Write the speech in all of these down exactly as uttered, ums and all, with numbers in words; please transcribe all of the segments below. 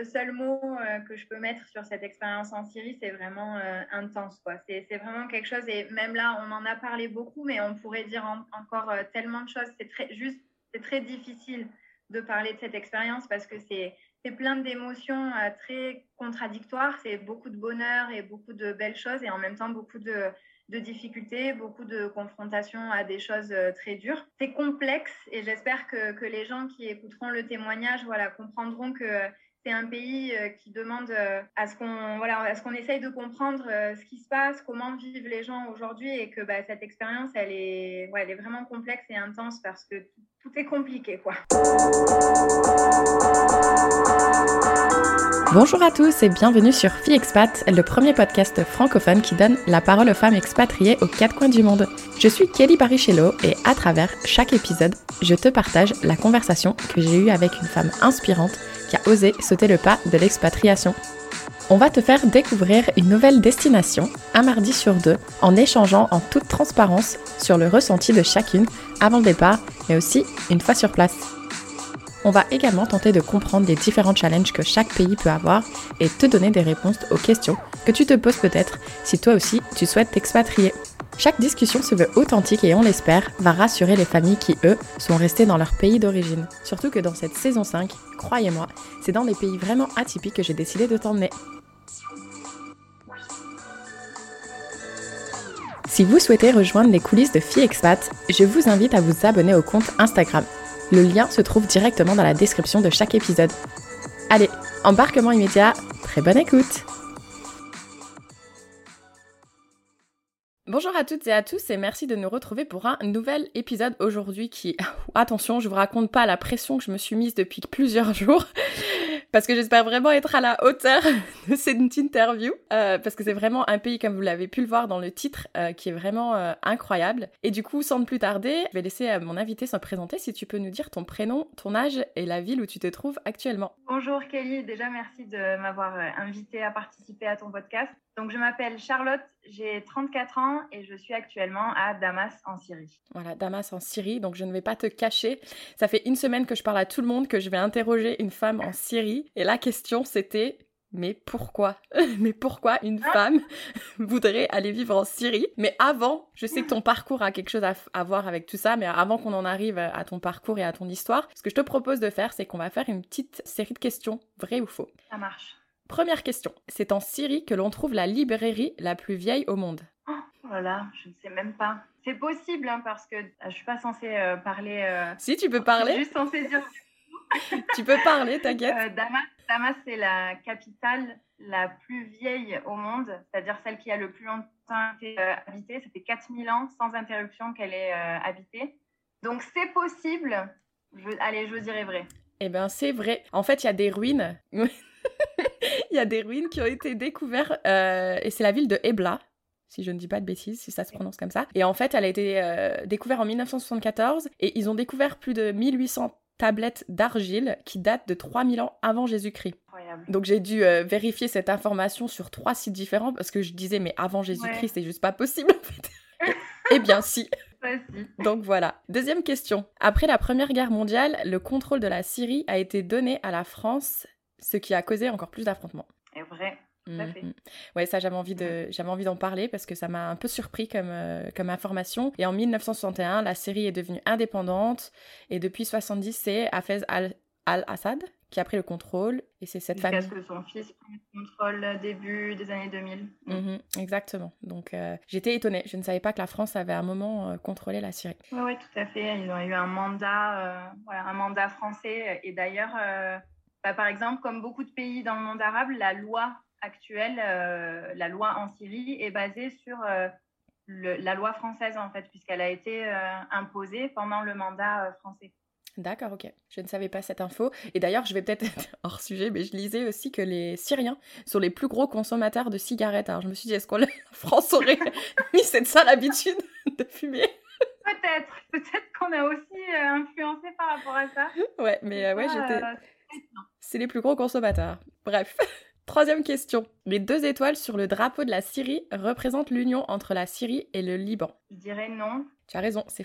seul mot euh, que je peux mettre sur cette expérience en Syrie, c'est vraiment euh, intense, quoi. C'est, c'est vraiment quelque chose, et même là, on en a parlé beaucoup, mais on pourrait dire en, encore euh, tellement de choses. C'est très, juste, c'est très difficile de parler de cette expérience parce que c'est, c'est plein d'émotions euh, très contradictoires. C'est beaucoup de bonheur et beaucoup de belles choses, et en même temps beaucoup de, de difficultés, beaucoup de confrontations à des choses euh, très dures. C'est complexe, et j'espère que, que les gens qui écouteront le témoignage, voilà, comprendront que c'est un pays euh, qui demande euh, à ce qu'on, voilà, à ce qu'on essaye de comprendre euh, ce qui se passe, comment vivent les gens aujourd'hui, et que bah, cette expérience, elle est, ouais, elle est vraiment complexe et intense parce que tout, tout est compliqué, quoi. Bonjour à tous et bienvenue sur Fille Expat, le premier podcast francophone qui donne la parole aux femmes expatriées aux quatre coins du monde. Je suis Kelly Barichello et à travers chaque épisode, je te partage la conversation que j'ai eue avec une femme inspirante qui a osé sauter le pas de l'expatriation. On va te faire découvrir une nouvelle destination, un mardi sur deux, en échangeant en toute transparence sur le ressenti de chacune avant le départ, mais aussi une fois sur place. On va également tenter de comprendre les différents challenges que chaque pays peut avoir et te donner des réponses aux questions que tu te poses peut-être si toi aussi tu souhaites t'expatrier. Chaque discussion se veut authentique et on l'espère va rassurer les familles qui, eux, sont restées dans leur pays d'origine. Surtout que dans cette saison cinq, croyez-moi, c'est dans des pays vraiment atypiques que j'ai décidé de t'emmener. Si vous souhaitez rejoindre les coulisses de Fille Expat, je vous invite à vous abonner au compte Instagram. Le lien se trouve directement dans la description de chaque épisode. Allez, embarquement immédiat, très bonne écoute! Bonjour à toutes et à tous et merci de nous retrouver pour un nouvel épisode aujourd'hui qui... Attention, je vous raconte pas la pression que je me suis mise depuis plusieurs jours parce que j'espère vraiment être à la hauteur de cette interview euh, parce que c'est vraiment un pays, comme vous l'avez pu le voir dans le titre, euh, qui est vraiment euh, incroyable. Et du coup, sans plus tarder, je vais laisser euh, mon invité se présenter. Si tu peux nous dire ton prénom, ton âge et la ville où tu te trouves actuellement. Bonjour Kelly, déjà merci de m'avoir invitée à participer à ton podcast. Donc je m'appelle Charlotte, j'ai trente-quatre ans et je suis actuellement à Damas en Syrie. Voilà, Damas en Syrie, donc je ne vais pas te cacher. Ça fait une semaine que je parle à tout le monde que je vais interroger une femme en Syrie. Et la question c'était, mais pourquoi Mais pourquoi une femme voudrait aller vivre en Syrie? Mais avant, je sais que ton parcours a quelque chose à, f- à voir avec tout ça, mais avant qu'on en arrive à ton parcours et à ton histoire, ce que je te propose de faire, c'est qu'on va faire une petite série de questions, vrai ou faux. Ça marche. Première question, c'est en Syrie que l'on trouve la librairie la plus vieille au monde. Oh là là, je ne sais même pas. C'est possible hein, parce que euh, je ne suis pas censée euh, parler... Euh... Si, tu peux parler. Je suis juste censée dire... Tu peux parler, t'inquiète. Euh, Damas, Damas, c'est la capitale la plus vieille au monde, c'est-à-dire celle qui a le plus longtemps été euh, habitée. Ça fait quatre mille ans sans interruption qu'elle est euh, habitée. Donc c'est possible. Je... Allez, je dirais vrai. Eh bien, c'est vrai. En fait, il y a des ruines... Il y a des ruines qui ont été découvertes euh, et c'est la ville de Ebla, si je ne dis pas de bêtises, si ça se prononce comme ça. Et en fait, elle a été euh, découverte en dix-neuf cent soixante-quatorze et ils ont découvert plus de mille huit cents tablettes d'argile qui datent de trois mille ans avant Jésus-Christ. Incroyable. Donc j'ai dû euh, vérifier cette information sur trois sites différents parce que je disais mais avant Jésus-Christ, ouais. C'est juste pas possible en fait. Eh bien si. Donc voilà. Deuxième question. Après la Première Guerre mondiale, le contrôle de la Syrie a été donné à la France, ce qui a causé encore plus d'affrontements. C'est vrai, tout à fait. Mmh. Ouais, ça, j'avais envie, de, j'avais envie d'en parler parce que ça m'a un peu surpris comme, euh, comme information. Et en dix-neuf cent soixante et un, la Syrie est devenue indépendante et depuis soixante-dix, c'est Hafez al- al-Assad qui a pris le contrôle et c'est cette Jusqu'à famille. Jusqu'à ce que son fils prenne le contrôle début des années deux mille. Mmh, exactement. Donc euh, j'étais étonnée. Je ne savais pas que la France avait à un moment euh, contrôlé la Syrie. Oui, ouais, tout à fait. Ils ont eu un mandat, euh, voilà, un mandat français. Et d'ailleurs... Euh, Bah, par exemple, comme beaucoup de pays dans le monde arabe, la loi actuelle, euh, la loi en Syrie, est basée sur euh, le, la loi française, en fait, puisqu'elle a été euh, imposée pendant le mandat euh, français. D'accord, ok. Je ne savais pas cette info. Et d'ailleurs, je vais peut-être être hors sujet, mais je lisais aussi que les Syriens sont les plus gros consommateurs de cigarettes. Alors je me suis dit, est-ce que la France aurait mis cette sale habitude de fumer ? Peut-être, peut-être qu'on a aussi euh, influencé par rapport à ça. Ouais, mais euh, ouais, j'étais... Euh, c'est les plus gros consommateurs. Bref. Troisième question. Les deux étoiles sur le drapeau de la Syrie représentent l'union entre la Syrie et le Liban. Je dirais non. Tu as raison, c'est faux.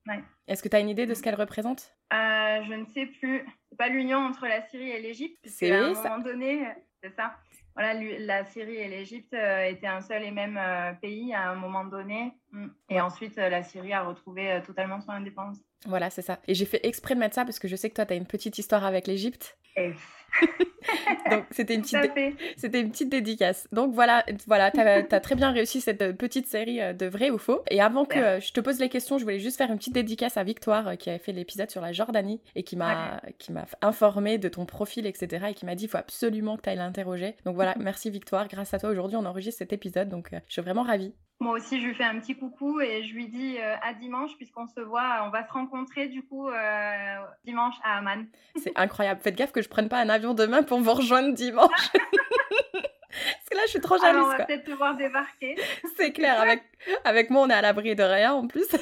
Ouais. Est-ce que tu as une idée de ce qu'elle représente ? euh, Je ne sais plus. C'est pas l'union entre la Syrie et l'Égypte. C'est à un ça. moment donné, c'est ça. Voilà, la Syrie et l'Égypte euh, étaient un seul et même euh, pays à un moment donné. Et ouais. ensuite, euh, la Syrie a retrouvé euh, totalement son indépendance. Voilà, c'est ça. Et j'ai fait exprès de mettre ça parce que je sais que toi, tu as une petite histoire avec l'Égypte. Et... Donc, c'était une, petite dé... c'était une petite dédicace. Donc, voilà, voilà tu as très bien réussi cette petite série de vrai ou faux. Et avant que euh, je te pose les questions, je voulais juste faire une petite dédicace à Victoire euh, qui avait fait l'épisode sur la Jordanie et qui m'a ouais. qui m'a informée de ton profil, et cetera. Et qui m'a dit, il faut absolument que tu ailles l'interroger. Donc, voilà, merci Victoire. Grâce à toi, aujourd'hui, on enregistre cet épisode. Donc, euh, je suis vraiment ravie. Moi aussi, je lui fais un petit coucou et je lui dis euh, à dimanche, puisqu'on se voit, on va se rencontrer du coup euh, dimanche à Amman. C'est incroyable. Faites gaffe que je prenne pas un avion demain pour vous rejoindre dimanche. Parce que là, je suis trop jalouse. Alors, on va quoi. peut-être te voir débarquer. C'est clair. Avec, avec moi, on est à l'abri de rien en plus.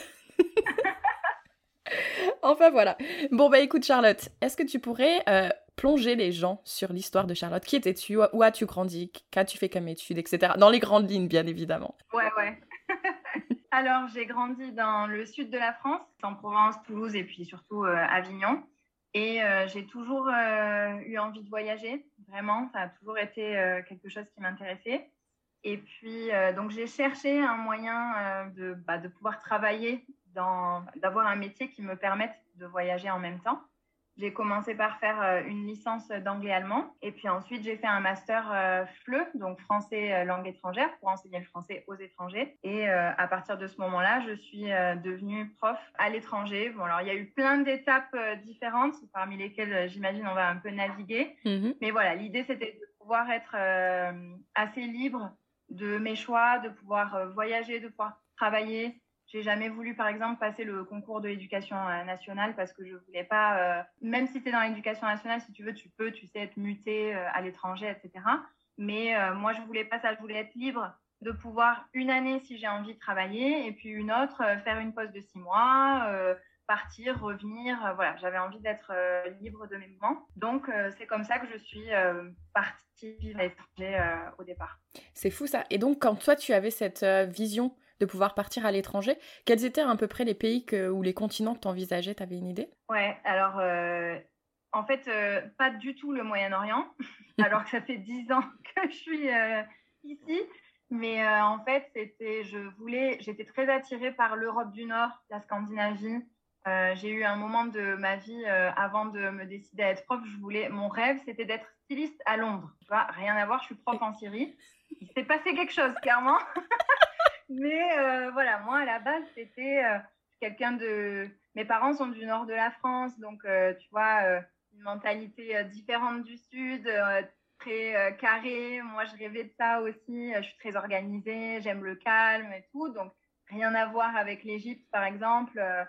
Enfin, voilà. Bon, bah écoute, Charlotte, est-ce que tu pourrais euh, plonger les gens sur l'histoire de Charlotte ? Qui étais-tu ? Où as-tu grandi ? Qu'as-tu fait comme études, et cetera. Dans les grandes lignes, bien évidemment. Ouais, ouais. Alors, j'ai grandi dans le sud de la France, en Provence, Toulouse et puis surtout euh, Avignon. Et euh, j'ai toujours euh, eu envie de voyager, vraiment. Ça a toujours été euh, quelque chose qui m'intéressait. Et puis, euh, donc, j'ai cherché un moyen euh, de, bah, de pouvoir travailler, dans, d'avoir un métier qui me permette de voyager en même temps. J'ai commencé par faire euh, une licence d'anglais-allemand. Et puis ensuite, j'ai fait un master euh, F L E, donc français euh, langue étrangère, pour enseigner le français aux étrangers. Et euh, à partir de ce moment-là, je suis euh, devenue prof à l'étranger. Bon, alors, il y a eu plein d'étapes euh, différentes, parmi lesquelles, euh, j'imagine, on va un peu naviguer. Mm-hmm. Mais voilà, l'idée, c'était de pouvoir être euh, assez libre de mes choix, de pouvoir euh, voyager, de pouvoir travailler. J'ai jamais voulu, par exemple, passer le concours de l'éducation nationale parce que je voulais pas, euh, même si tu es dans l'éducation nationale, si tu veux, tu peux, tu sais, être muté euh, à l'étranger, et cetera. Mais euh, moi, je voulais pas ça. Je voulais être libre de pouvoir une année, si j'ai envie de travailler, et puis une autre, euh, faire une pause de six mois, euh, partir, revenir. Euh, voilà, j'avais envie d'être euh, libre de mes mouvements. Donc, euh, c'est comme ça que je suis euh, partie vivre à l'étranger euh, au départ. C'est fou ça. Et donc, quand toi, tu avais cette euh, vision de pouvoir partir à l'étranger, quels étaient à peu près les pays que, ou les continents que tu envisageais ? Tu avais une idée ? Ouais, alors euh, en fait, euh, pas du tout le Moyen-Orient, alors que ça fait dix ans que je suis euh, ici. Mais euh, en fait, c'était, je voulais, j'étais très attirée par l'Europe du Nord, la Scandinavie. Euh, j'ai eu un moment de ma vie, euh, avant de me décider à être prof, je voulais, mon rêve, c'était d'être styliste à Londres. Tu vois, rien à voir, je suis prof en Syrie. Il s'est passé quelque chose, clairement. Mais euh, voilà, moi, à la base, c'était euh, quelqu'un de... Mes parents sont du nord de la France, donc, euh, tu vois, euh, une mentalité euh, différente du sud, euh, très euh, carrée. Moi, je rêvais de ça aussi. Je suis très organisée, j'aime le calme et tout. Donc, rien à voir avec l'Égypte, par exemple. Euh,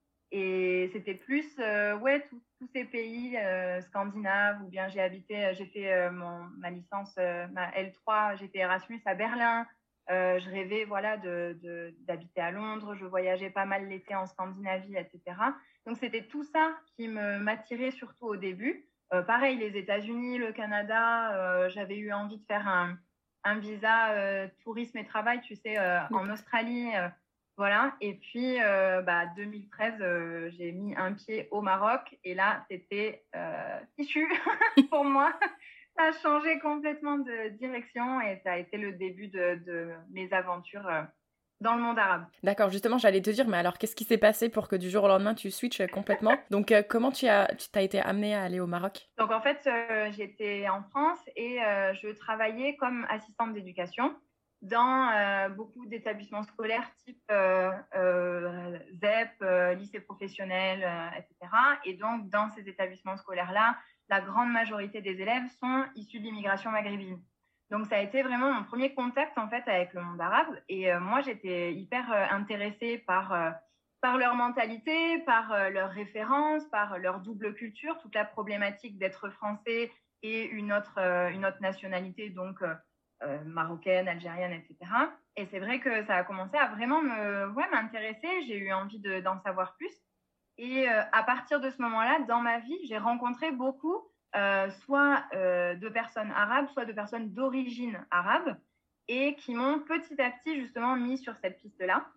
et c'était plus, euh, ouais, tous ces pays euh, scandinaves, ou bien j'ai habité, j'ai fait euh, mon, ma licence, euh, ma L trois, j'ai fait Erasmus à Berlin. Euh, je rêvais voilà, de, de, d'habiter à Londres, je voyageais pas mal l'été en Scandinavie, et cetera. Donc, c'était tout ça qui me, m'attirait surtout au début. Euh, pareil, les États-Unis, le Canada, euh, j'avais eu envie de faire un, un visa euh, tourisme et travail, tu sais, euh, oui. En Australie. Euh, voilà. Et puis, euh, bah, deux mille treize, euh, j'ai mis un pied au Maroc. Et là, c'était euh, fichu pour moi. Ça a changé complètement de direction et ça a été le début de, de mes aventures euh, dans le monde arabe. D'accord, justement, j'allais te dire, mais alors, qu'est-ce qui s'est passé pour que du jour au lendemain, tu switches complètement ? Donc, euh, comment tu as, tu t'as été amenée à aller au Maroc ? Donc, en fait, euh, j'étais en France et euh, je travaillais comme assistante d'éducation dans euh, beaucoup d'établissements scolaires type euh, euh, Z E P, euh, lycée professionnel, euh, et cetera. Et donc, dans ces établissements scolaires-là, la grande majorité des élèves sont issus de l'immigration maghrébine. Donc, ça a été vraiment mon premier contact, en fait, avec le monde arabe. Et euh, moi, j'étais hyper euh, intéressée par, euh, par leur mentalité, par euh, leurs références, par leur double culture, toute la problématique d'être français et une autre, euh, une autre nationalité, donc euh, euh, marocaine, algérienne, et cetera. Et c'est vrai que ça a commencé à vraiment me, ouais, m'intéresser. J'ai eu envie de, d'en savoir plus. Et euh, à partir de ce moment-là, dans ma vie, j'ai rencontré beaucoup, euh, soit euh, de personnes arabes, soit de personnes d'origine arabe, et qui m'ont petit à petit justement mis sur cette piste-là.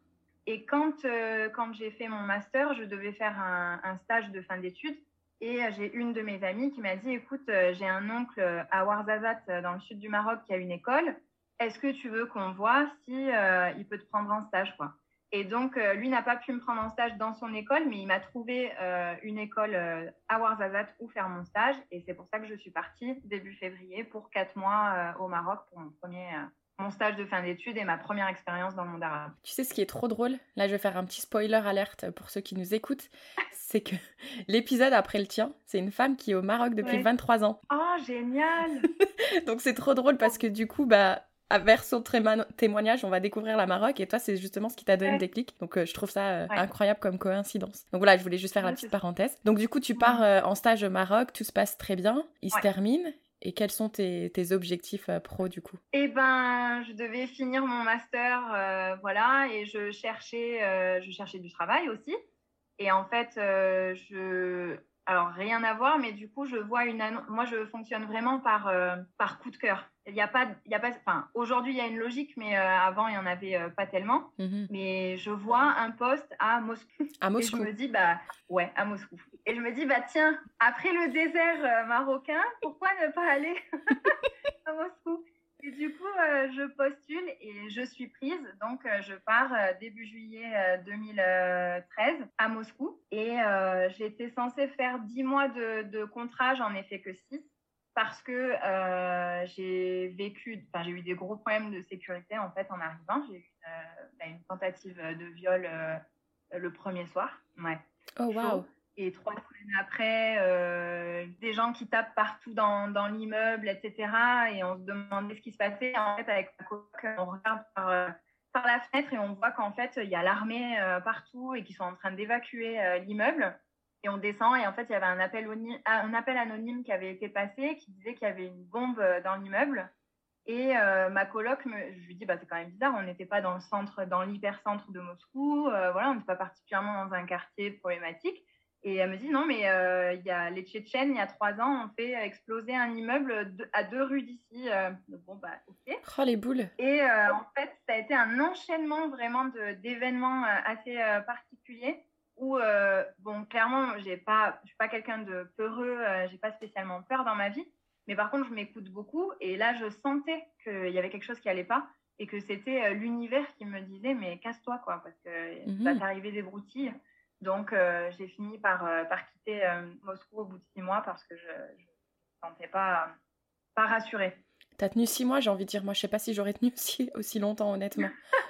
Et quand, euh, quand j'ai fait mon master, je devais faire un, un stage de fin d'études. Et euh, j'ai une de mes amies qui m'a dit, écoute, euh, j'ai un oncle à Ouarzazate, euh, dans le sud du Maroc, qui a une école. Est-ce que tu veux qu'on voit si euh, il peut te prendre en stage, quoi. Et donc, euh, lui n'a pas pu me prendre en stage dans son école, mais il m'a trouvé euh, une école euh, à Ouarzazate où faire mon stage. Et c'est pour ça que je suis partie début février pour quatre mois euh, au Maroc pour mon premier, euh, mon stage de fin d'études et ma première expérience dans le monde arabe. Tu sais ce qui est trop drôle? Là, je vais faire un petit spoiler alerte pour ceux qui nous écoutent. C'est que l'épisode après le tien, c'est une femme qui est au Maroc depuis Ouais. vingt-trois ans. Oh, génial! Donc c'est trop drôle parce que du coup, bah... vers son témoignage, on va découvrir la Maroc et toi, c'est justement ce qui t'a donné le déclic. Donc, euh, je trouve ça euh, ouais. incroyable comme coïncidence. Donc voilà, je voulais juste faire ouais, la petite parenthèse. Donc du coup, tu pars euh, en stage au Maroc, tout se passe très bien, il ouais. se termine. Et quels sont tes, tes objectifs euh, pro du coup? Eh ben, je devais finir mon master, euh, voilà, et je cherchais, euh, je cherchais du travail aussi. Et en fait, euh, je... Alors, rien à voir, mais du coup, je vois une annonce. Moi, je fonctionne vraiment par, euh, par coup de cœur. Il y a pas, il y a pas... Enfin, aujourd'hui, il y a une logique, mais euh, avant, il n'y en avait euh, pas tellement. Mm-hmm. Mais je vois un poste à Moscou. À Moscou. Et je me dis, bah, ouais, à Moscou. Et je me dis, bah, tiens, après le désert euh, marocain, pourquoi ne pas aller à Moscou? Et du coup, euh, je postule et je suis prise. Donc, euh, je pars euh, début juillet euh, deux mille treize à Moscou. Et euh, j'étais censée faire dix mois de, de contrat. J'en ai fait que six parce que euh, j'ai vécu, enfin, j'ai eu des gros problèmes de sécurité en fait en arrivant. J'ai eu euh, une tentative de viol euh, le premier soir. Ouais. Oh, waouh! Et trois semaines après, euh, des gens qui tapent partout dans, dans l'immeuble, et cetera. Et on se demandait ce qui se passait. Et en fait, avec ma coloc, on regarde par, euh, par la fenêtre et on voit qu'en fait, il y a l'armée euh, partout et qu'ils sont en train d'évacuer euh, l'immeuble. Et on descend et en fait, il y avait un appel, oni- un appel anonyme qui avait été passé qui disait qu'il y avait une bombe dans l'immeuble. Et euh, ma coloc, me, je lui dis, bah, c'est quand même bizarre, on n'était pas dans le centre, dans l'hypercentre de Moscou. Euh, voilà, on n'était pas particulièrement dans un quartier problématique. Et elle me dit, non, mais euh, y a les Tchétchènes, il y a trois ans, ont fait exploser un immeuble de, à deux rues d'ici. Euh, bon, bah, ok. Oh, les boules. Et euh, en fait, ça a été un enchaînement vraiment de, d'événements euh, assez euh, particuliers où, euh, bon, clairement, j'ai pas, je suis pas quelqu'un de peureux, euh, j'ai pas spécialement peur dans ma vie. Mais par contre, je m'écoute beaucoup. Et là, je sentais qu'il y avait quelque chose qui allait pas et que c'était euh, l'univers qui me disait, mais casse-toi, quoi, parce que mm-hmm. va t'arriver des broutilles. Donc, euh, j'ai fini par, euh, par quitter euh, Moscou au bout de six mois parce que je ne me sentais pas, pas rassurée. T'as tenu six mois, j'ai envie de dire. Moi, je ne sais pas si j'aurais tenu aussi, aussi longtemps, honnêtement.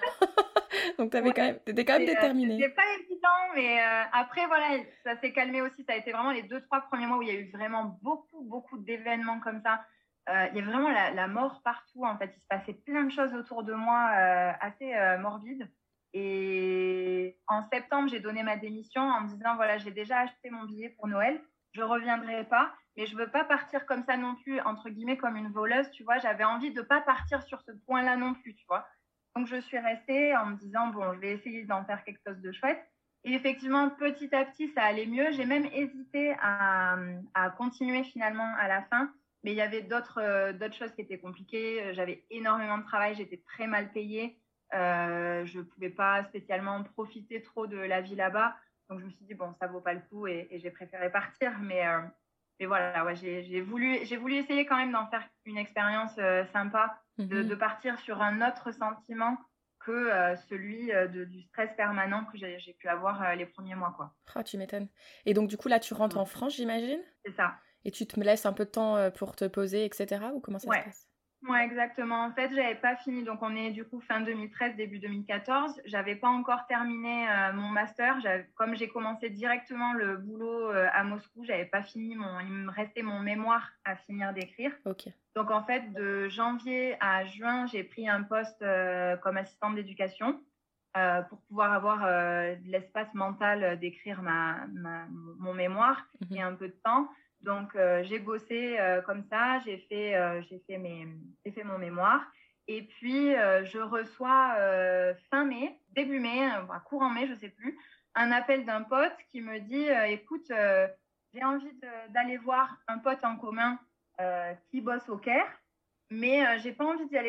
Donc, t'avais ouais, quand même, t'étais quand même déterminée. C'était pas évident, mais euh, après, voilà, ça s'est calmé aussi. Ça a été vraiment les deux, trois premiers mois où il y a eu vraiment beaucoup, beaucoup d'événements comme ça. Euh, il y a vraiment la, la mort partout, en fait. Il se passait plein de choses autour de moi euh, assez euh, morbides. Et en septembre, j'ai donné ma démission en me disant, voilà, j'ai déjà acheté mon billet pour Noël, je ne reviendrai pas, mais je ne veux pas partir comme ça non plus, entre guillemets, comme une voleuse, tu vois. J'avais envie de ne pas partir sur ce point-là non plus, tu vois. Donc, je suis restée en me disant, bon, je vais essayer d'en faire quelque chose de chouette. Et effectivement, petit à petit, ça allait mieux. J'ai même hésité à, à continuer finalement à la fin, mais il y avait d'autres, euh, d'autres choses qui étaient compliquées. J'avais énormément de travail, j'étais très mal payée. Euh, je ne pouvais pas spécialement profiter trop de la vie là-bas. Donc, je me suis dit, bon, ça ne vaut pas le coup et, et j'ai préféré partir. Mais, euh, mais voilà, ouais, j'ai, j'ai, voulu, j'ai voulu essayer quand même d'en faire une expérience euh, sympa, mm-hmm. de, de partir sur un autre sentiment que euh, celui euh, de, du stress permanent que j'ai, j'ai pu avoir euh, les premiers mois, quoi. Oh, tu m'étonnes. Et donc, du coup, là, tu rentres ouais. en France, j'imagine ? C'est ça. Et tu te laisses un peu de temps pour te poser, et cetera. Ou comment ça ouais. se passe ? Ouais, exactement. En fait, j'avais pas fini. Donc, on est du coup fin deux mille treize, début deux mille quatorze. J'avais pas encore terminé euh, mon master. J'avais, comme j'ai commencé directement le boulot euh, à Moscou, j'avais pas fini mon. Il me restait mon mémoire à finir d'écrire. Ok. Donc, en fait, de janvier à juin, j'ai pris un poste euh, comme assistante d'éducation euh, pour pouvoir avoir euh, de l'espace mental d'écrire ma, ma mon mémoire mm-hmm. et un peu de temps. Donc, euh, j'ai bossé euh, comme ça, j'ai fait, euh, j'ai, fait mes, j'ai fait mon mémoire. Et puis, euh, je reçois euh, fin mai, début mai, euh, courant mai, je ne sais plus, un appel d'un pote qui me dit euh, « Écoute, euh, j'ai envie de, d'aller voir un pote en commun euh, qui bosse au Caire, mais euh, je n'ai pas envie d'y aller toute,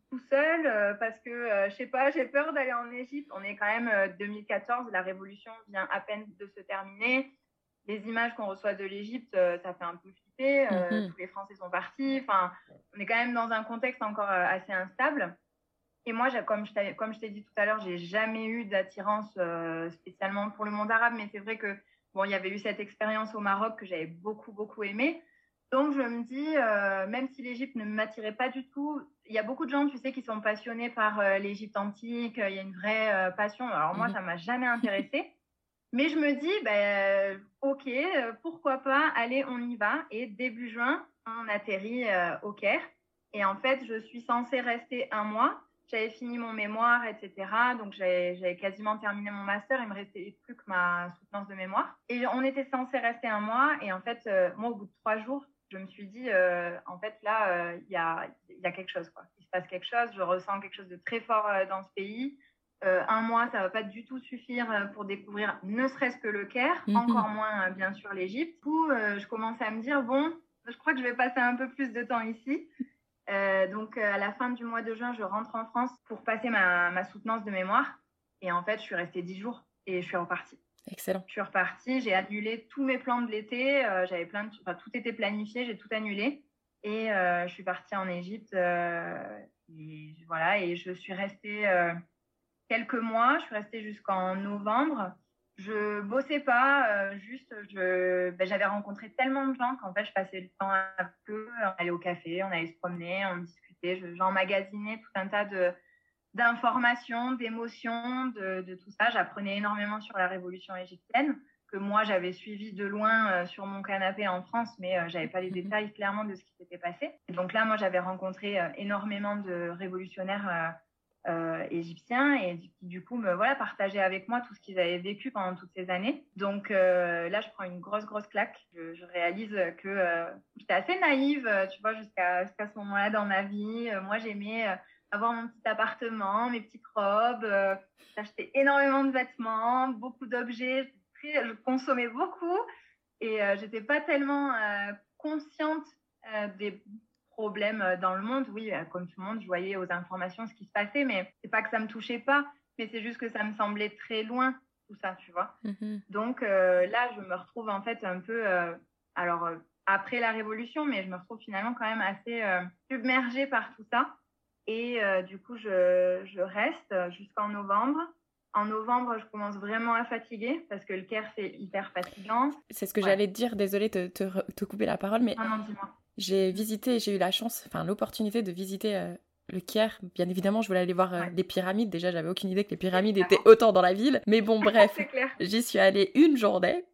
tout seul euh, parce que, euh, je sais pas, j'ai peur d'aller en Égypte. On est quand même euh, deux mille quatorze, la révolution vient à peine de se terminer. Les images qu'on reçoit de l'Égypte, euh, ça fait un peu flipper. Euh, Mhm. tous les Français sont partis. Enfin, on est quand même dans un contexte encore euh, assez instable. Et moi, comme je, comme je t'ai dit tout à l'heure, j'ai jamais eu d'attirance euh, spécialement pour le monde arabe, mais c'est vrai que bon, il y avait eu cette expérience au Maroc que j'avais beaucoup, beaucoup aimée. Donc, je me dis, euh, même si l'Égypte ne m'attirait pas du tout, il y a beaucoup de gens, tu sais, qui sont passionnés par euh, l'Égypte antique. Il y a une vraie euh, passion. Alors, moi, Mhm. ça m'a jamais intéressée. Mais je me dis, ben, ok, euh, pourquoi pas, allez, on y va. Et début juin, on atterrit euh, au Caire. Et en fait, je suis censée rester un mois. J'avais fini mon mémoire, et cetera. Donc, j'avais, j'avais quasiment terminé mon master. Il me restait plus que ma soutenance de mémoire. Et on était censé rester un mois. Et en fait, euh, moi, au bout de trois jours, je me suis dit, euh, en fait, là, il euh, y, a, y a quelque chose, quoi. Il se passe quelque chose. Je ressens quelque chose de très fort euh, dans ce pays. Euh, un mois, ça ne va pas du tout suffire euh, pour découvrir ne serait-ce que le Caire, Mhm. encore moins, euh, bien sûr, l'Égypte. Du coup, euh, je commence à me dire, bon, je crois que je vais passer un peu plus de temps ici. Euh, donc, euh, à la fin du mois de juin, je rentre en France pour passer ma, ma soutenance de mémoire. Et en fait, je suis restée dix jours et je suis repartie. Excellent. Je suis repartie, j'ai annulé tous mes plans de l'été. Euh, j'avais plein de... enfin, tout était planifié, j'ai tout annulé. Et euh, je suis partie en Égypte. Euh, et voilà, et je suis restée... Euh, quelques mois. Je suis restée jusqu'en novembre. Je bossais pas, euh, juste je, ben, j'avais rencontré tellement de gens qu'en fait je passais le temps avec eux. On allait au café, on allait se promener, on discutait. Je, j'emmagasinais tout un tas de d'informations, d'émotions, de, de tout ça. J'apprenais énormément sur la révolution égyptienne que moi j'avais suivi de loin euh, sur mon canapé en France, mais euh, j'avais pas les Mhm. détails clairement de ce qui s'était passé. Et donc là, moi j'avais rencontré euh, énormément de révolutionnaires euh, euh, égyptiens et qui du coup me voilà partageaient avec moi tout ce qu'ils avaient vécu pendant toutes ces années. Donc euh, là, je prends une grosse grosse claque. Je, je réalise que euh, j'étais assez naïve, tu vois, jusqu'à jusqu'à ce moment-là dans ma vie. Euh, moi, j'aimais euh, avoir mon petit appartement, mes petites robes. Euh, j'achetais énormément de vêtements, beaucoup d'objets. Je consommais beaucoup et euh, j'étais pas tellement euh, consciente euh, des problèmes dans le monde. Oui, euh, comme tout le monde, je voyais aux informations ce qui se passait, mais c'est pas que ça me touchait pas, mais c'est juste que ça me semblait très loin, tout ça, tu vois. Mhm. Donc euh, là, je me retrouve en fait un peu, euh, alors euh, après la Révolution, mais je me retrouve finalement quand même assez euh, submergée par tout ça. Et euh, du coup, je, je reste jusqu'en novembre. En novembre, je commence vraiment à fatiguer parce que le Caire, c'est hyper fatigant. C'est ce que Ouais. j'allais te dire, désolée de te, te, te couper la parole, mais Non, non, dis-moi. j'ai visité, j'ai eu la chance, enfin l'opportunité de visiter euh, le Caire. Bien évidemment, je voulais aller voir euh, Ouais. les pyramides. Déjà, j'avais aucune idée que les pyramides étaient Évidemment. autant dans la ville. Mais bon, bref, C'est clair. j'y suis allée une journée.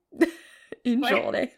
une Ouais. journée.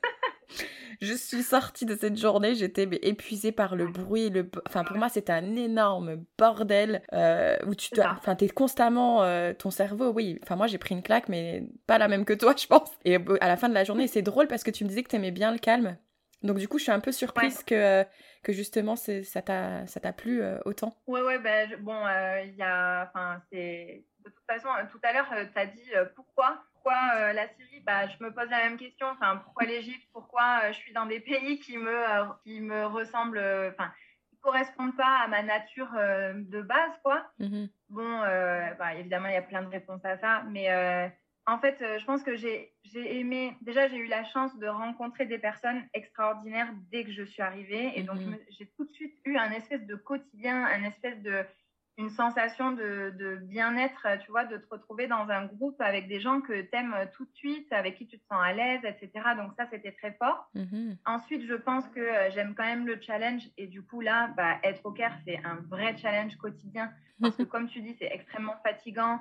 Je suis sortie de cette journée, j'étais mais, épuisée par le bruit. Le... Enfin, pour moi, c'était un énorme bordel euh, où tu dois... Enfin, t'es constamment... Euh, ton cerveau, oui. Enfin, moi, j'ai pris une claque, mais pas la même que toi, je pense. Et à la fin de la journée, c'est drôle parce que tu me disais que t'aimais bien le calme. Donc, du coup, je suis un peu surprise Ouais. que, euh, que justement, c'est, ça, t'a, ça t'a plu euh, autant. Ouais, ouais, ben, je- bon, il euh, y a, enfin, c'est, de toute façon, euh, tout à l'heure, euh, tu as dit euh, pourquoi, pourquoi euh, la Syrie, bah, je me pose la même question, enfin, pourquoi l'Égypte, pourquoi euh, je suis dans des pays qui me, euh, qui me ressemblent, enfin, euh, qui correspondent pas à ma nature euh, de base, quoi. Mm-hmm. Bon, euh, bah, évidemment, il y a plein de réponses à ça, mais euh, en fait, euh, je pense que j'ai, j'ai aimé, déjà, j'ai eu la chance de rencontrer des personnes extraordinaires dès que je suis arrivée, et donc je me, j'ai tout de suite eu un espèce de quotidien, un espèce de, une sensation de, de bien-être, tu vois, de te retrouver dans un groupe avec des gens que tu aimes tout de suite, avec qui tu te sens à l'aise, et cetera. Donc ça, c'était très fort. Mm-hmm. Ensuite, je pense que euh, j'aime quand même le challenge et du coup là, bah, être au Caire, c'est un vrai challenge quotidien parce que comme tu dis, c'est extrêmement fatigant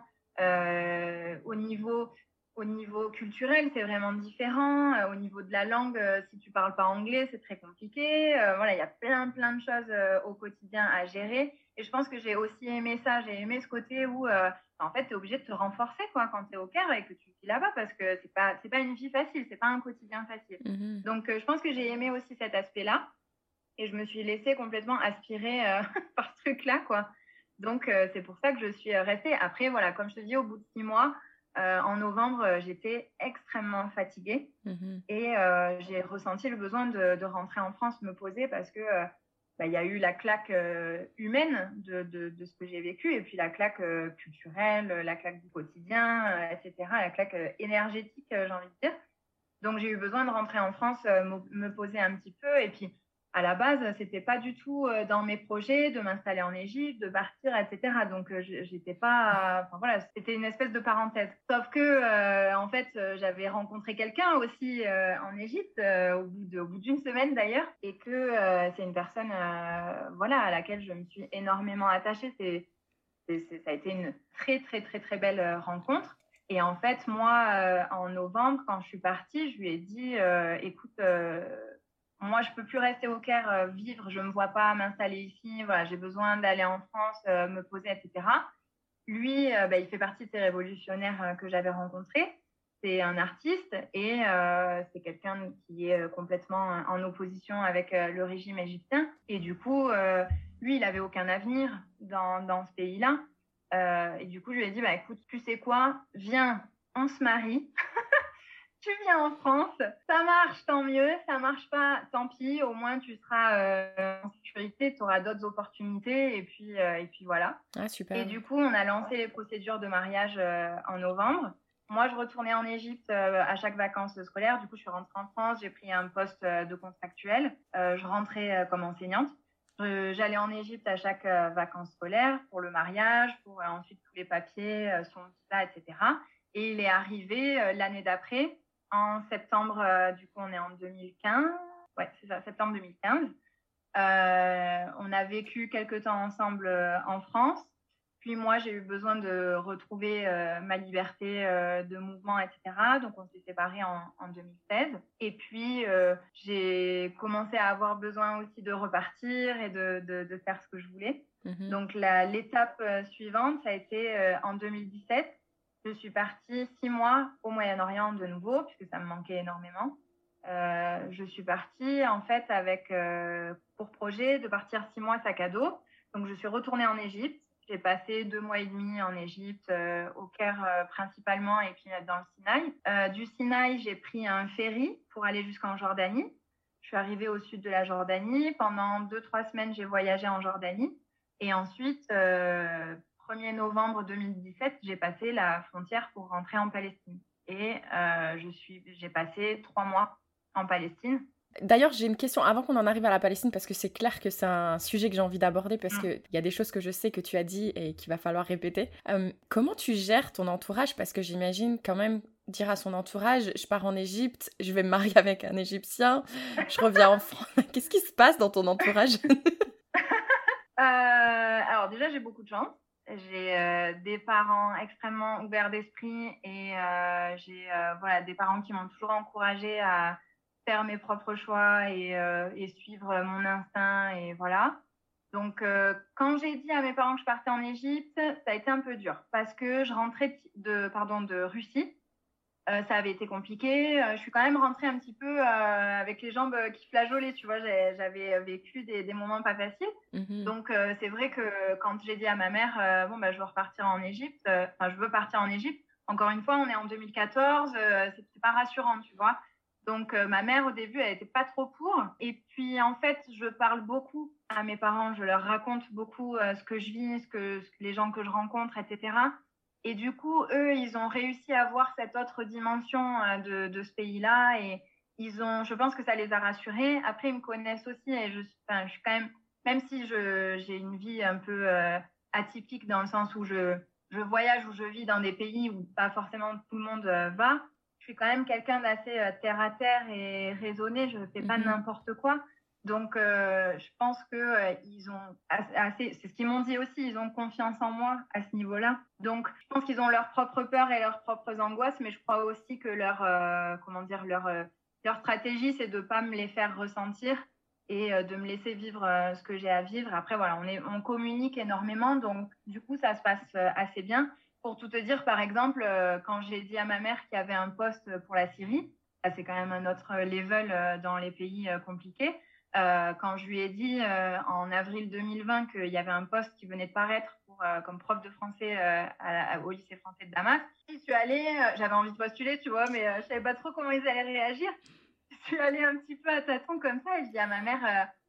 euh, au niveau au niveau culturel, c'est vraiment différent. Euh, au niveau de la langue, euh, si tu parles pas anglais, c'est très compliqué. Euh, voilà, il y a plein plein de choses euh, au quotidien à gérer et je pense que j'ai aussi aimé ça. J'ai aimé ce côté où euh, en fait, tu es obligé de te renforcer quoi, quand tu es au Caire et que tu vis là-bas parce que c'est pas, c'est pas une vie facile, c'est pas un quotidien facile. Mm-hmm. Donc, euh, je pense que j'ai aimé aussi cet aspect-là et je me suis laissée complètement aspirer euh, par ce truc-là, quoi. Donc, euh, c'est pour ça que je suis restée. Après, voilà, comme je te dis, au bout de six mois, euh, en novembre, euh, j'étais extrêmement fatiguée Mm-hmm. et euh, j'ai ressenti le besoin de, de rentrer en France, me poser parce que euh, bah, y a eu la claque euh, humaine de, de, de ce que j'ai vécu, et puis la claque euh, culturelle, la claque du quotidien, euh, et cetera, la claque euh, énergétique, euh, j'ai envie de dire. Donc, j'ai eu besoin de rentrer en France, euh, me, me poser un petit peu. Et puis, à la base, c'était pas du tout euh, dans mes projets de m'installer en Égypte, de partir, et cetera. Donc, euh, j'étais pas. Enfin, voilà, c'était une espèce de parenthèse. Sauf que, euh, en fait, euh, j'avais rencontré quelqu'un aussi euh, en Égypte, euh, au bout de, au bout d'une semaine d'ailleurs, et que euh, c'est une personne, euh, voilà, à laquelle je me suis énormément attachée. C'est, c'est, c'est, ça a été une très, très, très, très belle euh, rencontre. Et en fait, moi, euh, en novembre, quand je suis partie, je lui ai dit, euh, écoute, euh, moi, je peux plus rester au Caire, euh, vivre, je me vois pas m'installer ici, voilà, j'ai besoin d'aller en France, euh, me poser, et cetera. Lui, euh, bah, il fait partie de ces révolutionnaires euh, que j'avais rencontrés. C'est un artiste et euh, c'est quelqu'un qui est complètement en opposition avec euh, le régime égyptien. Et du coup, euh, lui, il n'avait aucun avenir dans, dans ce pays-là. Euh, et du coup, je lui ai dit, bah, écoute, tu sais quoi, viens, on se marie. Tu viens en France, ça marche, tant mieux, ça marche pas, tant pis, au moins tu seras euh, en sécurité, tu auras d'autres opportunités, et puis, euh, et puis voilà. Ah, super. Et du coup, on a lancé les procédures de mariage euh, en novembre. Moi, je retournais en Égypte euh, à chaque vacances scolaires. Du coup, je suis rentrée en France, j'ai pris un poste euh, de contractuel. Euh, je rentrais euh, comme enseignante. Je, j'allais en Égypte à chaque euh, vacances scolaires pour le mariage, pour euh, ensuite tous les papiers, euh, son visa, et cetera. Et il est arrivé euh, l'année d'après, en septembre, euh, du coup, on est en deux mille quinze. Ouais, c'est ça, septembre deux mille quinze. Euh, on a vécu quelques temps ensemble euh, en France. Puis moi, j'ai eu besoin de retrouver euh, ma liberté euh, de mouvement, et cetera. Donc, on s'est séparés en, en deux mille seize. Et puis, euh, j'ai commencé à avoir besoin aussi de repartir et de, de, de faire ce que je voulais. Mm-hmm. Donc, la, l'étape euh, suivante, ça a été euh, en deux mille dix-sept. Je suis partie six mois au Moyen-Orient de nouveau, puisque ça me manquait énormément. Euh, je suis partie en fait avec euh, pour projet de partir six mois sac à dos. Donc, je suis retournée en Égypte. J'ai passé deux mois et demi en Égypte, euh, au Caire euh, principalement, et puis dans le Sinaï. Euh, du Sinaï, j'ai pris un ferry pour aller jusqu'en Jordanie. Je suis arrivée au sud de la Jordanie. Pendant deux, trois semaines, j'ai voyagé en Jordanie. Et ensuite, euh, premier novembre deux mille dix-sept, j'ai passé la frontière pour rentrer en Palestine. Et euh, je suis, j'ai passé trois mois en Palestine. D'ailleurs, j'ai une question avant qu'on en arrive à la Palestine, parce que c'est clair que c'est un sujet que j'ai envie d'aborder, parce mmh. qu'il y a des choses que je sais que tu as dit et qu'il va falloir répéter. Euh, comment tu gères ton entourage ? Parce que j'imagine quand même dire à son entourage, je pars en Égypte, je vais me marier avec un Égyptien, je reviens en France. Qu'est-ce qui se passe dans ton entourage ? euh, Alors déjà, j'ai beaucoup de chance. J'ai euh, des parents extrêmement ouverts d'esprit et euh, j'ai euh, voilà, des parents qui m'ont toujours encouragée à faire mes propres choix et, euh, et suivre mon instinct, et voilà. Donc, euh, quand j'ai dit à mes parents que je partais en Égypte, ça a été un peu dur parce que je rentrais de, pardon, de Russie. Euh, ça avait été compliqué. Euh, je suis quand même rentrée un petit peu euh, avec les jambes qui flageolaient, tu vois. J'ai, j'avais vécu des, des moments pas faciles. Mm-hmm. Donc, euh, c'est vrai que quand j'ai dit à ma mère, euh, bon, bah, je veux repartir en Égypte, enfin, euh, je veux partir en Égypte, encore une fois, on est en deux mille quatorze, euh, c'est, c'est pas rassurant, tu vois. Donc, euh, ma mère, au début, elle était pas trop pour. Et puis, en fait, je parle beaucoup à mes parents. Je leur raconte beaucoup euh, ce que je vis, ce que, ce que les gens que je rencontre, et cetera. Et du coup, eux, ils ont réussi à voir cette autre dimension euh, de, de ce pays-là. Et ils ont, je pense que ça les a rassurés. Après, ils me connaissent aussi. Et je, enfin, je suis quand même, même si je, j'ai une vie un peu euh, atypique dans le sens où je, je voyage, où je vis dans des pays où pas forcément tout le monde euh, va, je suis quand même quelqu'un d'assez euh, terre à terre et raisonné. Je ne fais pas mm-hmm. n'importe quoi. Donc, euh, je pense que euh, ils ont assez, c'est ce qu'ils m'ont dit aussi, ils ont confiance en moi à ce niveau-là. Donc, je pense qu'ils ont leurs propres peurs et leurs propres angoisses, mais je crois aussi que leur, euh, comment dire, leur, euh, leur stratégie, c'est de ne pas me les faire ressentir et euh, de me laisser vivre euh, ce que j'ai à vivre. Après, voilà, on, est, on communique énormément, donc du coup, ça se passe euh, assez bien. Pour tout te dire, par exemple, euh, quand j'ai dit à ma mère qu'il y avait un poste pour la Syrie, ça c'est quand même un autre level euh, dans les pays euh, compliqués. Euh, quand je lui ai dit euh, en avril deux mille vingt qu'il y avait un poste qui venait de paraître pour, euh, comme prof de français euh, à, à, au lycée français de Damas, je suis allée, euh, j'avais envie de postuler, tu vois, mais euh, je savais pas trop comment ils allaient réagir. Je suis allée un petit peu à tâtons comme ça et je dis à ma mère, euh,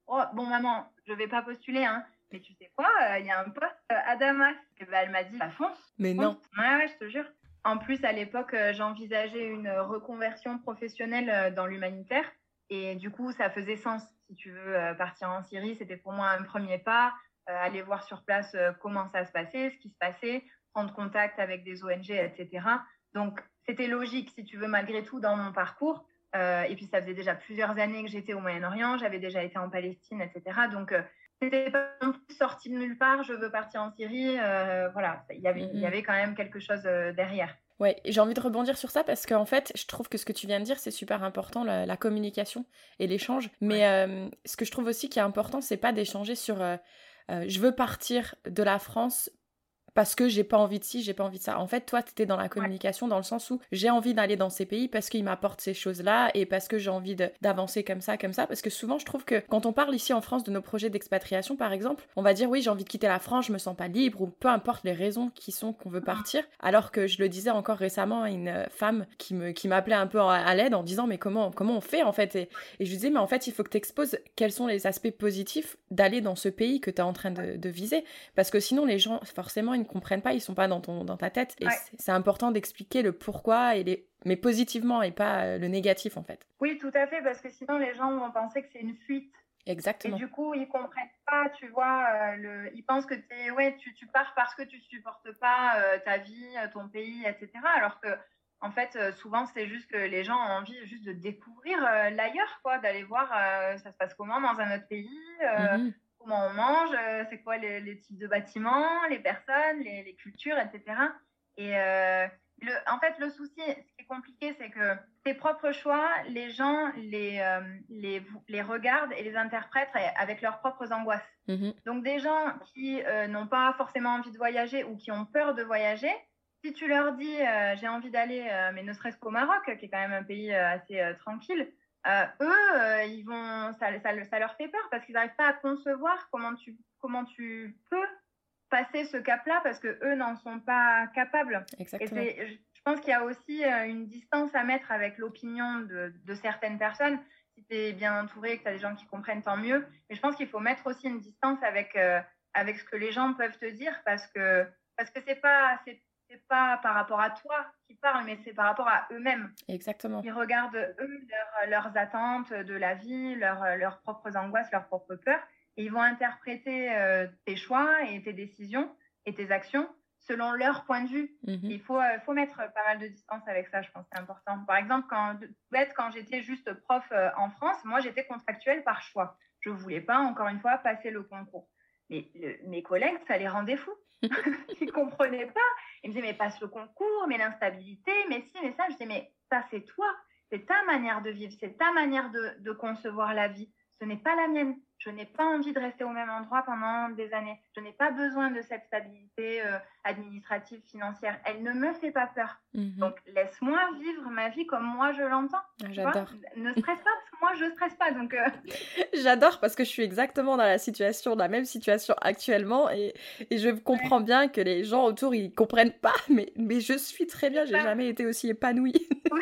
oh, bon, maman, je vais pas postuler, hein, mais tu sais quoi, il euh, y a un poste à Damas. Et ben, elle m'a dit, bah, fonce. Mais fonce. non. Ouais, ouais, je te jure. En plus, à l'époque, euh, j'envisageais une reconversion professionnelle euh, dans l'humanitaire. Et du coup, ça faisait sens, si tu veux, euh, partir en Syrie. C'était pour moi un premier pas, euh, aller voir sur place euh, comment ça se passait, ce qui se passait, prendre contact avec des O N G, et cetera. Donc, c'était logique, si tu veux, malgré tout, dans mon parcours. Euh, et puis, ça faisait déjà plusieurs années que j'étais au Moyen-Orient. J'avais déjà été en Palestine, et cetera. Donc, euh, c'était pas non plus sorti de nulle part, je veux partir en Syrie. Euh, voilà, il y avait, mm-hmm. il y avait quand même quelque chose euh, derrière. Ouais, j'ai envie de rebondir sur ça parce qu'en fait, je trouve que ce que tu viens de dire, c'est super important, la, la communication et l'échange. Mais ouais. euh, ce que je trouve aussi qui est important, c'est pas d'échanger sur euh, euh, je veux partir de la France parce que j'ai pas envie de ci, j'ai pas envie de ça. En fait, toi, t'étais dans la communication, ouais. dans le sens où j'ai envie d'aller dans ces pays parce qu'ils m'apportent ces choses-là et parce que j'ai envie de, d'avancer comme ça, comme ça. Parce que souvent, je trouve que quand on parle ici en France de nos projets d'expatriation, par exemple, on va dire oui, j'ai envie de quitter la France, je me sens pas libre, ou peu importe les raisons qui sont qu'on veut partir. Alors que je le disais encore récemment à une femme qui me qui m'appelait un peu à l'aide en disant mais comment comment on fait en fait, et, et je lui disais mais en fait il faut que t'exposes quels sont les aspects positifs d'aller dans ce pays que t'es en train de, de viser, parce que sinon les gens forcément ils ne comprennent pas, ils sont pas dans ton dans ta tête, et ouais. c'est, c'est important d'expliquer le pourquoi et les mais positivement et pas le négatif en fait. Oui, tout à fait, parce que sinon les gens vont penser que c'est une fuite. Exactement. Et du coup, ils comprennent pas, tu vois, euh, le... ils pensent que t'es... Ouais, tu, tu pars parce que tu supportes pas euh, ta vie, ton pays, et cetera. Alors que, en fait, euh, souvent, c'est juste que les gens ont envie juste de découvrir euh, l'ailleurs, quoi, d'aller voir euh, ça se passe comment dans un autre pays, euh, mm-hmm. comment on mange, euh, c'est quoi les, les types de bâtiments, les personnes, les, les cultures, et cetera. Et euh, le, en fait, le souci, ce qui est compliqué, c'est que tes propres choix, les gens les, euh, les, les regardent et les interprètent avec leurs propres angoisses. Mm-hmm. Donc, des gens qui euh, n'ont pas forcément envie de voyager ou qui ont peur de voyager, si tu leur dis euh, j'ai envie d'aller, euh, mais ne serait-ce qu'au Maroc, qui est quand même un pays euh, assez euh, tranquille, euh, eux, euh, ils vont, ça, ça, ça leur fait peur parce qu'ils n'arrivent pas à concevoir comment tu, comment tu peux passer ce cap-là parce qu'eux n'en sont pas capables. Exactement. Et c'est, je pense qu'il y a aussi une distance à mettre avec l'opinion de, de certaines personnes. Si tu es bien entouré, que tu as des gens qui comprennent, tant mieux. Mais je pense qu'il faut mettre aussi une distance avec, euh, avec ce que les gens peuvent te dire parce que, parce que c'est pas, c'est, c'est pas par rapport à toi qu'ils parlent, mais c'est par rapport à eux-mêmes. Exactement. Ils regardent, eux, leur, leurs attentes de la vie, leur, leurs propres angoisses, leurs propres peurs. Et ils vont interpréter euh, tes choix et tes décisions et tes actions selon leur point de vue. Mm-hmm. Il faut, euh, faut mettre pas mal de distance avec ça, je pense que c'est important. Par exemple, quand, quand j'étais juste prof euh, en France, moi, j'étais contractuelle par choix. Je ne voulais pas, encore une fois, passer le concours. Mais le, mes collègues, ça les rendait fous. Ils ne comprenaient pas. Ils me disaient, mais passe le concours, mais l'instabilité, mais si, mais ça. Je disais, mais ça, c'est toi. C'est ta manière de vivre, c'est ta manière de, de concevoir la vie. Ce n'est pas la mienne. Je n'ai pas envie de rester au même endroit pendant des années. Je n'ai pas besoin de cette stabilité euh, administrative, financière. Elle ne me fait pas peur. Mm-hmm. Donc, laisse-moi vivre ma vie comme moi je l'entends. Ah, j'adore. Ne stresse pas parce que moi, je ne stresse pas. Donc, euh... J'adore parce que je suis exactement dans la situation, la même situation actuellement. Et, et je comprends ouais. bien que les gens autour, ils ne comprennent pas. Mais, mais je suis très bien. Je n'ai jamais été aussi épanouie. Oui.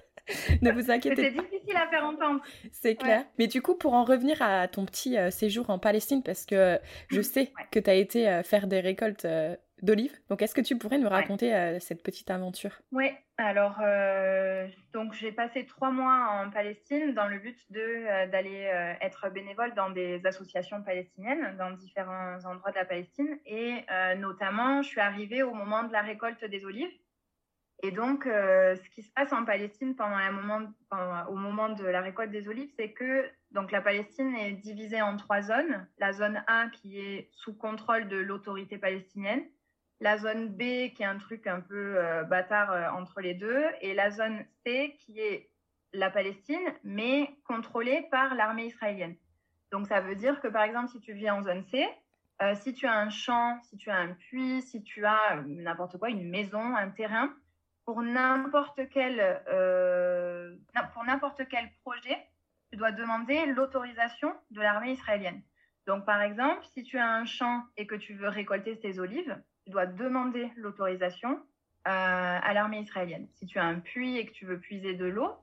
Ne vous inquiétez pas. C'était difficile à faire entendre. C'est clair. Ouais. Mais du coup, pour en revenir à ton petit euh, séjour en Palestine, parce que je sais ouais. que tu as été euh, faire des récoltes euh, d'olives, donc est-ce que tu pourrais nous raconter ouais. euh, cette petite aventure ? Oui, alors euh, donc j'ai passé trois mois en Palestine dans le but de, euh, d'aller euh, être bénévole dans des associations palestiniennes, dans différents endroits de la Palestine. Et euh, notamment, je suis arrivée au moment de la récolte des olives. Et donc, euh, ce qui se passe en Palestine pendant la moment, pendant, au moment de la récolte des olives, c'est que donc, la Palestine est divisée en trois zones. La zone A qui est sous contrôle de l'autorité palestinienne, la zone B qui est un truc un peu euh, bâtard euh, entre les deux, et la zone C qui est la Palestine, mais contrôlée par l'armée israélienne. Donc, ça veut dire que, par exemple, si tu vis en zone C, euh, si tu as un champ, si tu as un puits, si tu as euh, n'importe quoi, une maison, un terrain, pour n'importe quel, euh, pour n'importe quel projet, tu dois demander l'autorisation de l'armée israélienne. Donc, par exemple, si tu as un champ et que tu veux récolter tes olives, tu dois demander l'autorisation euh, à l'armée israélienne. Si tu as un puits et que tu veux puiser de l'eau,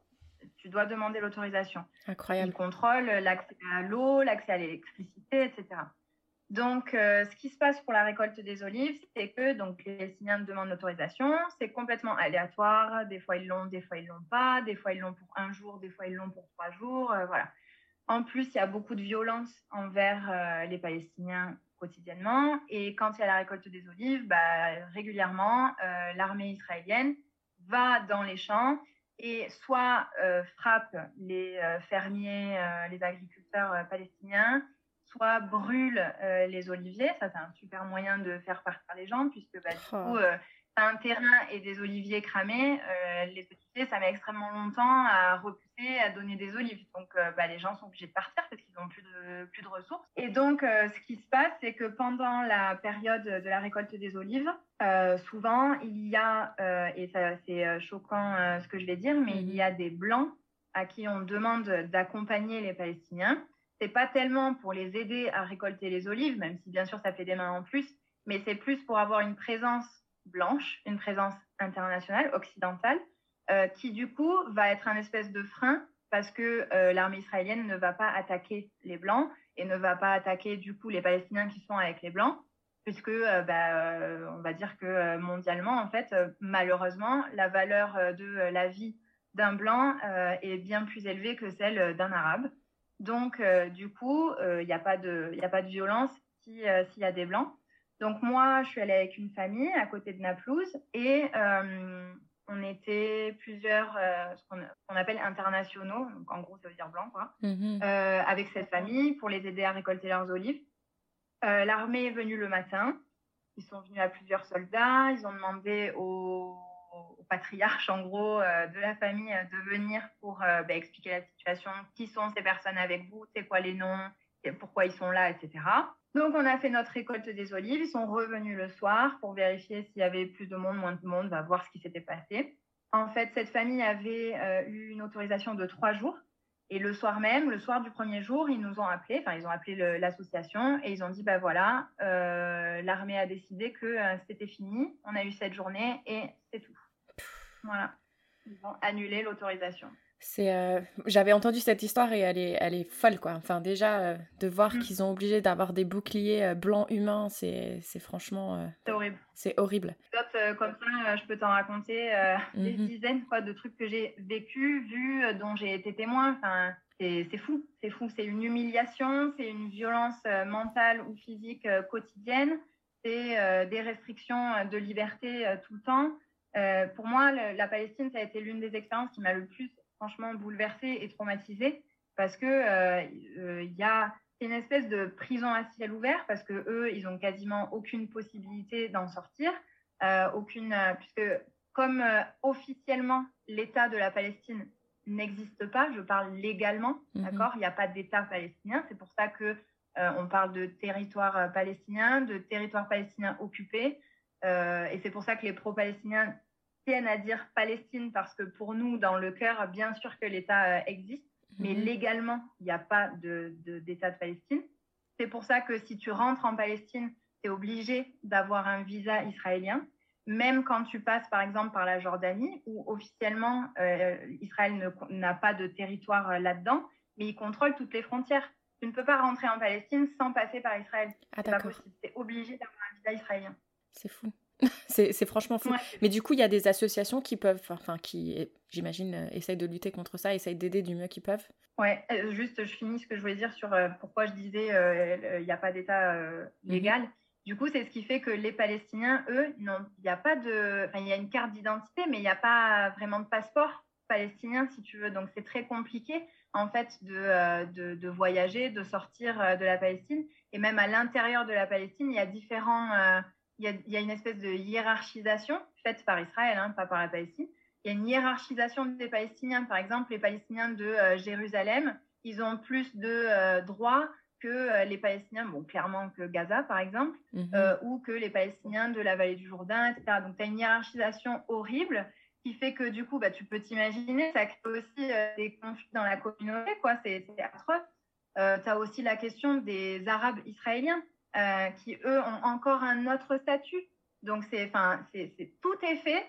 tu dois demander l'autorisation. Incroyable. Ils contrôlent l'accès à l'eau, l'accès à l'électricité, et cetera. Donc, euh, ce qui se passe pour la récolte des olives, c'est que donc, les Palestiniens demandent l'autorisation. C'est complètement aléatoire. Des fois, ils l'ont, des fois, ils l'ont pas. Des fois, ils l'ont pour un jour, des fois, ils l'ont pour trois jours. Euh, voilà. En plus, il y a beaucoup de violence envers euh, les Palestiniens quotidiennement. Et quand il y a la récolte des olives, bah, régulièrement, euh, l'armée israélienne va dans les champs et soit euh, frappe les euh, fermiers, euh, les agriculteurs euh, palestiniens, soit brûle euh, les oliviers. Ça, c'est un super moyen de faire partir les gens, puisque bah, du Oh. coup, euh, t'as un terrain et des oliviers cramés. Euh, les oliviers, ça met extrêmement longtemps à repousser, à donner des olives. Donc, euh, bah, les gens sont obligés de partir parce qu'ils n'ont plus de, plus de ressources. Et donc, euh, ce qui se passe, c'est que pendant la période de la récolte des olives, euh, souvent, il y a, euh, et ça, c'est choquant euh, ce que je vais dire, mais mm-hmm. il y a des Blancs à qui on demande d'accompagner les Palestiniens. C'est pas tellement pour les aider à récolter les olives, même si bien sûr ça fait des mains en plus, mais c'est plus pour avoir une présence blanche, une présence internationale, occidentale, euh, qui du coup va être un espèce de frein parce que euh, l'armée israélienne ne va pas attaquer les Blancs et ne va pas attaquer du coup les Palestiniens qui sont avec les Blancs, puisque euh, bah, euh, on va dire que euh, mondialement, en fait, euh, malheureusement, la valeur euh, de euh, la vie d'un Blanc euh, est bien plus élevée que celle d'un Arabe. Donc, euh, du coup, il euh, n'y a pas de, y a pas de violence si, euh, s'il y a des Blancs. Donc, moi, je suis allée avec une famille à côté de Naplouse et euh, on était plusieurs, euh, ce qu'on, qu'on appelle internationaux, donc en gros, ça veut dire blanc, quoi, mm-hmm. euh, avec cette famille pour les aider à récolter leurs olives. Euh, l'armée est venue le matin. Ils sont venus à plusieurs soldats. Ils ont demandé aux au patriarche, en gros, euh, de la famille euh, de venir pour euh, bah, expliquer la situation, qui sont ces personnes avec vous, c'est quoi les noms, pourquoi ils sont là, et cetera. Donc, on a fait notre récolte des olives. Ils sont revenus le soir pour vérifier s'il y avait plus de monde, moins de monde, va voir ce qui s'était passé. En fait, cette famille avait euh, eu une autorisation de trois jours. Et le soir même, le soir du premier jour, ils nous ont appelés, enfin, ils ont appelé le, l'association et ils ont dit, bah voilà, euh, l'armée a décidé que euh, c'était fini, on a eu cette journée et c'est tout. Voilà, ils ont annulé l'autorisation. C'est, euh, j'avais entendu cette histoire et elle est, elle est folle, quoi. Enfin, déjà, euh, de voir mmh. qu'ils ont obligé d'avoir des boucliers euh, blancs humains, c'est, c'est franchement... Euh, c'est horrible. C'est horrible. D'autres, euh, comme ça, euh, je peux t'en raconter euh, mmh. des dizaines quoi, de trucs que j'ai vécu, vus, euh, dont j'ai été témoin. Enfin, c'est, c'est fou, c'est fou. C'est une humiliation, c'est une violence euh, mentale ou physique euh, quotidienne. C'est euh, des restrictions de liberté euh, tout le temps. Euh, pour moi, le, la Palestine, ça a été l'une des expériences qui m'a le plus franchement bouleversée et traumatisée parce que euh, euh, y a c'est une espèce de prison à ciel ouvert parce que eux, ils ont quasiment aucune possibilité d'en sortir, euh, aucune euh, puisque comme euh, officiellement l'État de la Palestine n'existe pas, je parle légalement, mm-hmm. d'accord, il n'y a pas d'État palestinien, c'est pour ça que euh, on parle de territoire palestinien, de territoire palestinien occupé, euh, et c'est pour ça que les pro-palestiniens tiennent à dire Palestine parce que pour nous, dans le cœur, bien sûr que l'État euh, existe, mmh. mais légalement, il n'y a pas de, de, d'État de Palestine. C'est pour ça que si tu rentres en Palestine, tu es obligé d'avoir un visa israélien, même quand tu passes par exemple par la Jordanie, où officiellement, euh, Israël ne, n'a pas de territoire euh, là-dedans, mais il contrôle toutes les frontières. Tu ne peux pas rentrer en Palestine sans passer par Israël. Ah, c'est d'accord. pas possible. Tu es obligé d'avoir un visa israélien. C'est fou. c'est, c'est franchement fou. Ouais. Mais du coup, il y a des associations qui peuvent, enfin, qui, j'imagine, essayent de lutter contre ça, essayent d'aider du mieux qu'ils peuvent. Ouais, euh, juste, je finis ce que je voulais dire sur euh, pourquoi je disais il euh, n'y a pas d'État euh, légal. Mm-hmm. Du coup, c'est ce qui fait que les Palestiniens, eux, il n'y a pas de, enfin, il y a une carte d'identité, mais il n'y a pas vraiment de passeport palestinien, si tu veux. Donc, c'est très compliqué, en fait, de, euh, de, de voyager, de sortir euh, de la Palestine. Et même à l'intérieur de la Palestine, il y a différents... Euh, Il y, a, il y a une espèce de hiérarchisation faite par Israël, hein, pas par la Palestine. Il y a une hiérarchisation des Palestiniens. Par exemple, les Palestiniens de euh, Jérusalem, ils ont plus de euh, droits que euh, les Palestiniens, bon, clairement que Gaza, par exemple, mm-hmm. euh, ou que les Palestiniens de la vallée du Jourdain, et cetera. Donc, tu as une hiérarchisation horrible qui fait que, du coup, bah, tu peux t'imaginer, ça crée aussi euh, des conflits dans la communauté, quoi. C'est, c'est atroce. Euh, tu as aussi la question des Arabes israéliens. Euh, qui, eux, ont encore un autre statut. Donc, c'est, c'est, c'est, tout est fait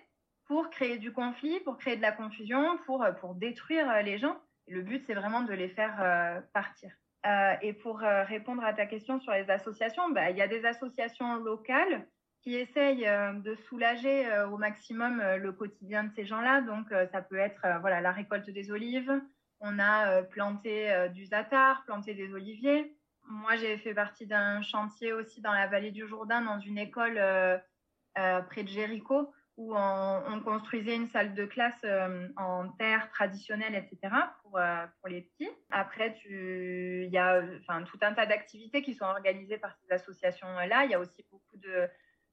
pour créer du conflit, pour créer de la confusion, pour, pour détruire les gens. Et le but, c'est vraiment de les faire euh, partir. Euh, et pour euh, répondre à ta question sur les associations, bah, il y a des associations locales qui essayent euh, de soulager euh, au maximum euh, le quotidien de ces gens-là. Donc, euh, ça peut être euh, voilà, la récolte des olives. On a euh, planté euh, du zatar, planté des oliviers. Moi, j'ai fait partie d'un chantier aussi dans la vallée du Jourdain, dans une école euh, euh, près de Jéricho, où on, on construisait une salle de classe euh, en terre traditionnelle, et cetera, pour, euh, pour les petits. Après, il y a enfin, tout un tas d'activités qui sont organisées par ces associations-là. Il y a aussi beaucoup de,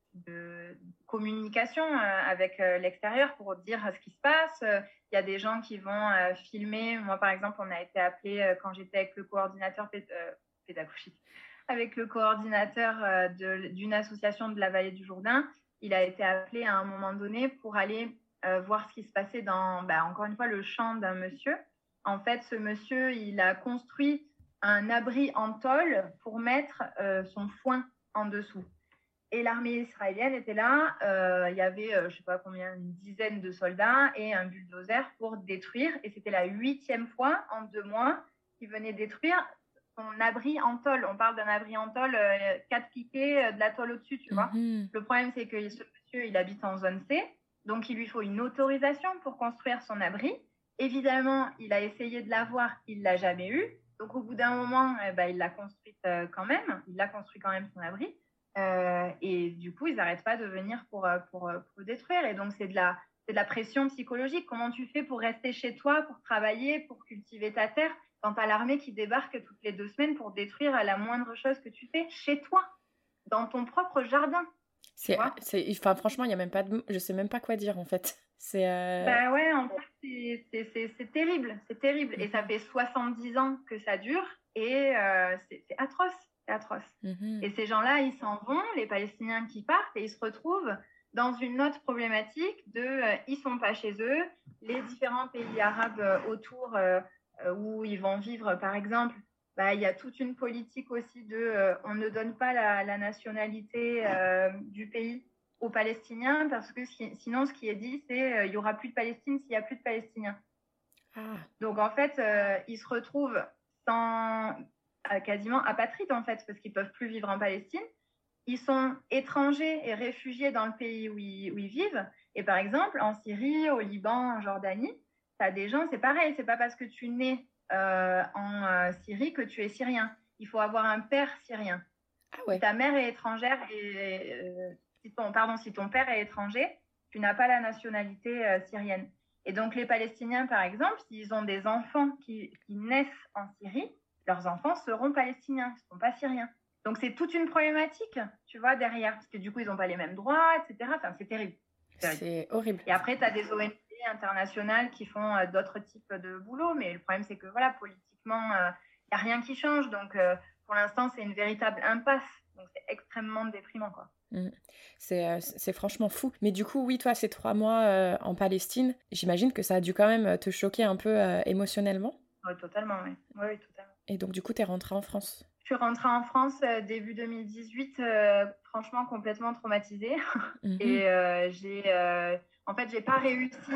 de communication euh, avec euh, l'extérieur pour dire ce qui se passe. Il y a des gens qui vont euh, filmer. Moi, par exemple, on a été appelé euh, quand j'étais avec le coordinateur pé- euh, pédagogique, avec le coordinateur euh, de, d'une association de la vallée du Jourdain. Il a été appelé à un moment donné pour aller euh, voir ce qui se passait dans, bah, encore une fois, le champ d'un monsieur. En fait, ce monsieur, il a construit un abri en tôle pour mettre euh, son foin en dessous. Et l'armée israélienne était là. Euh, il y avait, euh, je ne sais pas combien, une dizaine de soldats et un bulldozer pour détruire. Et c'était la huitième fois en deux mois qu'ils venaient détruire son abri en tôle. On parle d'un abri en tôle, euh, quatre piquets, euh, de la tôle au-dessus, tu vois. Mm-hmm. Le problème, c'est que ce monsieur, il habite en zone C. Donc, il lui faut une autorisation pour construire son abri. Évidemment, il a essayé de l'avoir. Il ne l'a jamais eu. Donc, au bout d'un moment, eh ben, il l'a construite euh, quand même. Il l'a construit quand même, son abri. Euh, et du coup, ils n'arrêtent pas de venir pour, pour, pour détruire. Et donc, c'est de, la, c'est de la pression psychologique. Comment tu fais pour rester chez toi, pour travailler, pour cultiver ta terre, quand tu as l'armée qui débarque toutes les deux semaines pour détruire la moindre chose que tu fais chez toi, dans ton propre jardin. C'est, c'est, enfin, franchement, il y a même pas de, je sais même pas quoi dire en fait. C'est. Euh... Bah ouais, en fait, c'est, c'est, c'est, c'est terrible, c'est terrible. Mm-hmm. Et ça fait soixante-dix ans que ça dure, et euh, c'est, c'est atroce. C'est atroce. Mm-hmm. Et ces gens-là, ils s'en vont, les Palestiniens qui partent, et ils se retrouvent dans une autre problématique de euh, ils sont pas chez eux, les différents pays arabes euh, autour euh, où ils vont vivre, par exemple, bah, il y a toute une politique aussi de euh, on ne donne pas la, la nationalité euh, du pays aux Palestiniens, parce que si, sinon, ce qui est dit, c'est qu'il euh, n'y aura plus de Palestine s'il n'y a plus de Palestiniens. Ah. Donc, en fait, euh, ils se retrouvent sans, euh, quasiment apatrides, en fait, parce qu'ils ne peuvent plus vivre en Palestine. Ils sont étrangers et réfugiés dans le pays où ils, où ils vivent. Et par exemple, en Syrie, au Liban, en Jordanie, tu as des gens, c'est pareil, c'est pas parce que tu nais euh, en euh, Syrie que tu es syrien. Il faut avoir un père syrien. Ah ouais. Si ta mère est étrangère et... Euh, Si ton, pardon, si ton père est étranger, tu n'as pas la nationalité euh, syrienne. Et donc, les Palestiniens, par exemple, s'ils ont des enfants qui, qui naissent en Syrie, leurs enfants seront palestiniens, ils ne seront pas syriens. Donc, c'est toute une problématique, tu vois, derrière, parce que du coup, ils n'ont pas les mêmes droits, et cetera. Enfin, c'est terrible. C'est, terrible. C'est horrible. Et après, tu as des O N G internationales qui font euh, d'autres types de boulot, mais le problème, c'est que, voilà, politiquement, il euh, n'y a rien qui change. Donc, euh, pour l'instant, c'est une véritable impasse. Donc, c'est extrêmement déprimant, quoi. Mmh. C'est, euh, c'est franchement fou. Mais du coup, oui, toi, ces trois mois euh, en Palestine, j'imagine que ça a dû quand même te choquer un peu euh, émotionnellement. Oui, totalement, oui. Oui, totalement. Et donc, du coup, t'es rentrée en France? Je suis rentrée en France euh, début deux mille dix-huit, euh, franchement complètement traumatisée. Mmh. Et euh, j'ai, euh, en fait, j'ai pas réussi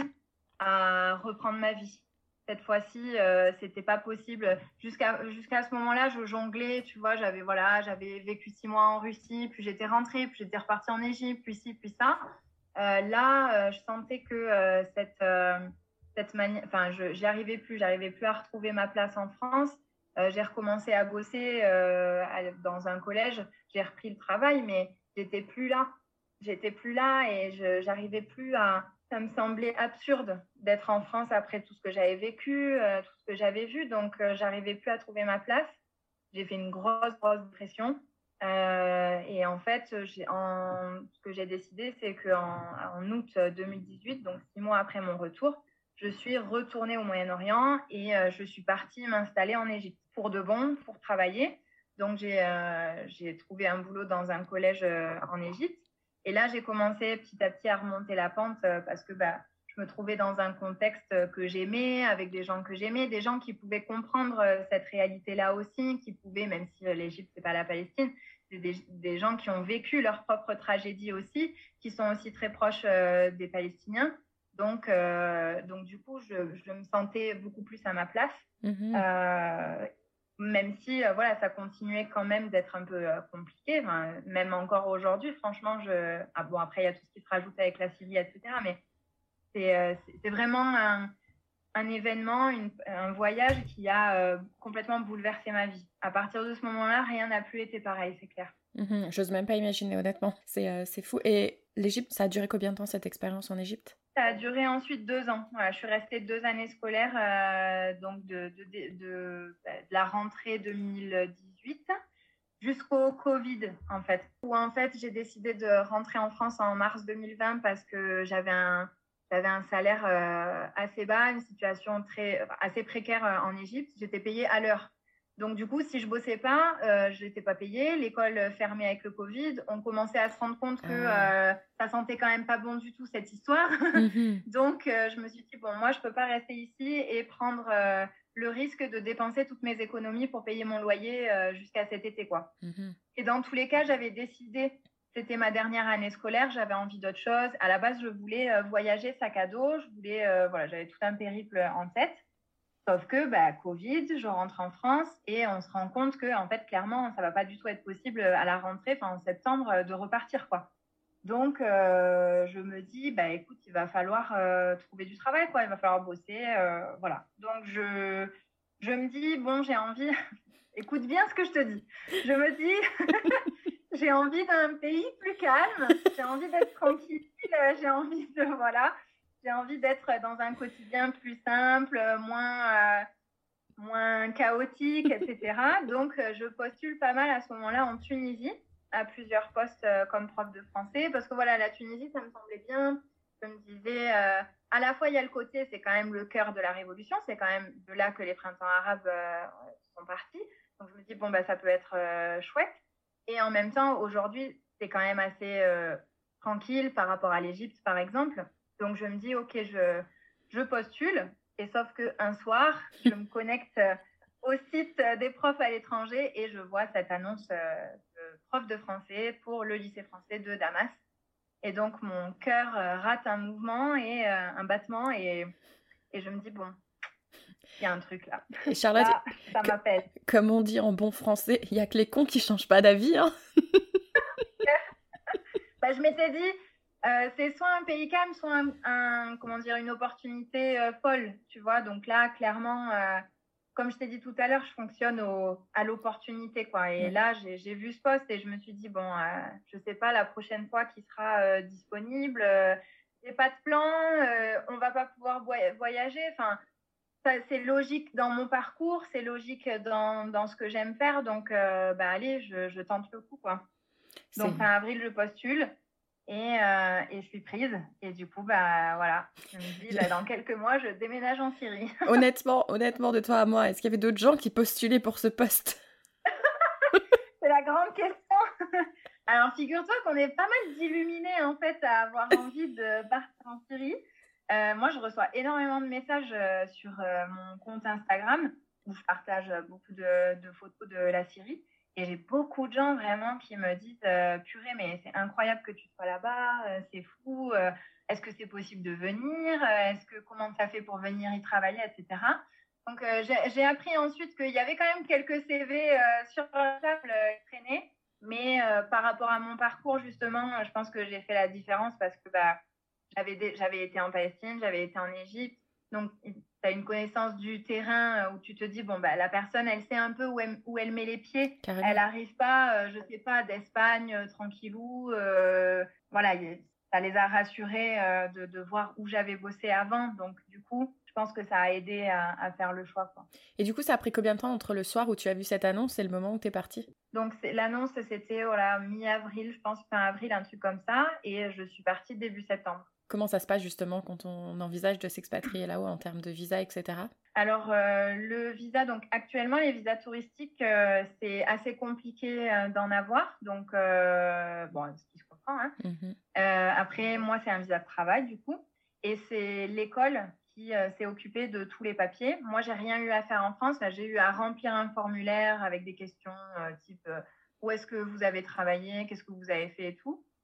à reprendre ma vie. Cette fois-ci, euh, c'était pas possible. Jusqu'à, jusqu'à ce moment-là, je jonglais, tu vois, j'avais, voilà, j'avais vécu six mois en Russie, puis j'étais rentrée, puis j'étais repartie en Égypte, puis ci, puis ça. Euh, là, euh, je sentais que euh, cette, euh, cette manière, enfin, je, j'y arrivais plus, j'arrivais plus à retrouver ma place en France. Euh, j'ai recommencé à bosser euh, à, dans un collège, j'ai repris le travail, mais j'étais plus là. J'étais plus là et je, j'arrivais plus à... Ça me semblait absurde d'être en France après tout ce que j'avais vécu, euh, tout ce que j'avais vu. Donc, euh, j'arrivais plus à trouver ma place. J'ai fait une grosse, grosse dépression. Euh, et en fait, j'ai, en, ce que j'ai décidé, c'est qu'en en août deux mille dix-huit, donc six mois après mon retour, je suis retournée au Moyen-Orient et euh, je suis partie m'installer en Égypte pour de bon, pour travailler. Donc, j'ai, euh, j'ai trouvé un boulot dans un collège euh, en Égypte. Et là, j'ai commencé petit à petit à remonter la pente euh, parce que bah, je me trouvais dans un contexte que j'aimais, avec des gens que j'aimais, des gens qui pouvaient comprendre euh, cette réalité-là aussi, qui pouvaient, même si euh, l'Égypte, c'est pas la Palestine, c'est des, des gens qui ont vécu leur propre tragédie aussi, qui sont aussi très proches euh, des Palestiniens. Donc, euh, donc du coup, je, je me sentais beaucoup plus à ma place. Mmh. Euh, même si, euh, voilà, ça continuait quand même d'être un peu euh, compliqué. Enfin, même encore aujourd'hui, franchement, je... Ah bon, après, il y a tout ce qui se rajoute avec la Syrie, et cetera. Mais c'est, euh, c'est, c'est vraiment un, un événement, une, un voyage qui a euh, complètement bouleversé ma vie. À partir de ce moment-là, rien n'a plus été pareil, c'est clair. Mmh. J'ose même pas imaginer, honnêtement. C'est, euh, c'est fou. Et l'Égypte, ça a duré combien de temps, cette expérience en Égypte? Ça a duré ensuite deux ans. Voilà, je suis restée deux années scolaires, euh, donc de, de, de, de, de la rentrée deux mille dix-huit jusqu'au Covid, en fait. Où, en fait, j'ai décidé de rentrer en France en mars deux mille vingt parce que j'avais un, j'avais un salaire euh, assez bas, une situation très, assez précaire euh, en Égypte. J'étais payée à l'heure. Donc, du coup, si je bossais pas, euh, je n'étais pas payée. L'école fermée avec le Covid. On commençait à se rendre compte que euh, ça sentait quand même pas bon du tout, cette histoire. Mmh. Donc, euh, je me suis dit, bon, moi, je peux pas rester ici et prendre euh, le risque de dépenser toutes mes économies pour payer mon loyer euh, jusqu'à cet été, quoi. Mmh. Et dans tous les cas, j'avais décidé, c'était ma dernière année scolaire, j'avais envie d'autre chose. À la base, je voulais euh, voyager sac à dos. Je voulais, euh, voilà, j'avais tout un périple en tête. Sauf que, bah, Covid, je rentre en France et on se rend compte que, en fait, clairement, ça va pas du tout être possible à la rentrée, enfin, en septembre, de repartir, quoi. Donc, euh, je me dis, bah, écoute, il va falloir euh, trouver du travail, quoi. Il va falloir bosser, euh, voilà. Donc, je, je me dis, bon, j'ai envie, écoute bien ce que je te dis. Je me dis, j'ai envie d'un pays plus calme, j'ai envie d'être tranquille, j'ai envie de, voilà, j'ai envie d'être dans un quotidien plus simple, moins, euh, moins chaotique, et cetera. Donc, euh, je postule pas mal à ce moment-là en Tunisie, à plusieurs postes euh, comme prof de français, parce que voilà, la Tunisie, ça me semblait bien. Je me disais, euh, à la fois, il y a le côté, c'est quand même le cœur de la révolution, c'est quand même de là que les printemps arabes euh, sont partis. Donc, je me dis, bon, bah, ça peut être euh, chouette. Et en même temps, aujourd'hui, c'est quand même assez euh, tranquille par rapport à l'Égypte, par exemple. Donc, je me dis, OK, je, je postule. Et sauf qu'un soir, je me connecte au site des profs à l'étranger et je vois cette annonce de prof de français pour le lycée français de Damas. Et donc, mon cœur rate un mouvement et un battement et, et je me dis, bon, il y a un truc là. Et Charlotte, là, ça que, m'appelle. comme on dit en bon français, il n'y a que les cons qui changent pas d'avis, hein. Bah, je m'étais dit, euh, c'est soit un pays calme, soit un, un, comment dire, une opportunité euh, folle, tu vois. Donc là, clairement, euh, comme je t'ai dit tout à l'heure, je fonctionne au, à l'opportunité, quoi. Et Ouais. là, j'ai, j'ai vu ce poste et je me suis dit, bon, euh, je sais pas la prochaine fois qui sera euh, disponible. Euh, j'ai pas de plan, euh, on va pas pouvoir voyager. Enfin, ça, c'est logique dans mon parcours, c'est logique dans, dans ce que j'aime faire. Donc, euh, bah allez, je, je tente le coup, quoi. Donc, C'est... fin avril, je postule et, euh, et je suis prise. Et du coup, bah voilà, je me dis, bah, dans quelques mois, je déménage en Syrie. honnêtement, honnêtement, de toi à moi, est-ce qu'il y avait d'autres gens qui postulaient pour ce poste? C'est la grande question. Alors, figure-toi qu'on est pas mal d'illuminés, en fait, à avoir envie de partir en Syrie. Euh, moi, je reçois énormément de messages euh, sur euh, mon compte Instagram où je partage beaucoup de, de photos de la Syrie. Et j'ai beaucoup de gens vraiment qui me disent euh, purée, mais c'est incroyable que tu sois là-bas, euh, c'est fou. Euh, est-ce que c'est possible de venir? euh, Est-ce que comment tu as fait pour venir y travailler, et cetera. Donc, euh, j'ai, j'ai appris ensuite qu'il y avait quand même quelques C V euh, sur la table euh, traînés. Mais euh, par rapport à mon parcours, justement, je pense que j'ai fait la différence parce que bah, j'avais, j'avais été en Palestine, j'avais été en Égypte. Donc, tu as une connaissance du terrain où tu te dis, bon, bah, la personne, elle sait un peu où elle, où elle met les pieds. Carrément. Elle n'arrive pas, euh, je ne sais pas, d'Espagne, euh, tranquillou. Euh, voilà, ça les a rassurés euh, de, de voir où j'avais bossé avant. Donc, du coup, je pense que ça a aidé à, à faire le choix, quoi. Et du coup, ça a pris combien de temps entre le soir où tu as vu cette annonce et le moment où tu es partie? Donc, c'est, l'annonce, c'était voilà, mi-avril, je pense, fin avril, un truc comme ça. Et je suis partie début septembre. Comment ça se passe justement quand on envisage de s'expatrier là-haut en termes de visa, et cetera? Alors, euh, le visa, donc actuellement, les visas touristiques, euh, c'est assez compliqué euh, d'en avoir. Donc, euh, bon, ce qui se comprend. Hein. Mm-hmm. Euh, après, moi, c'est un visa de travail, du coup. Et c'est l'école qui euh, s'est occupée de tous les papiers. Moi, j'ai rien eu à faire en France. Là, j'ai eu à remplir un formulaire avec des questions euh, type euh, où est-ce que vous avez travaillé, qu'est-ce que vous avez fait et tout.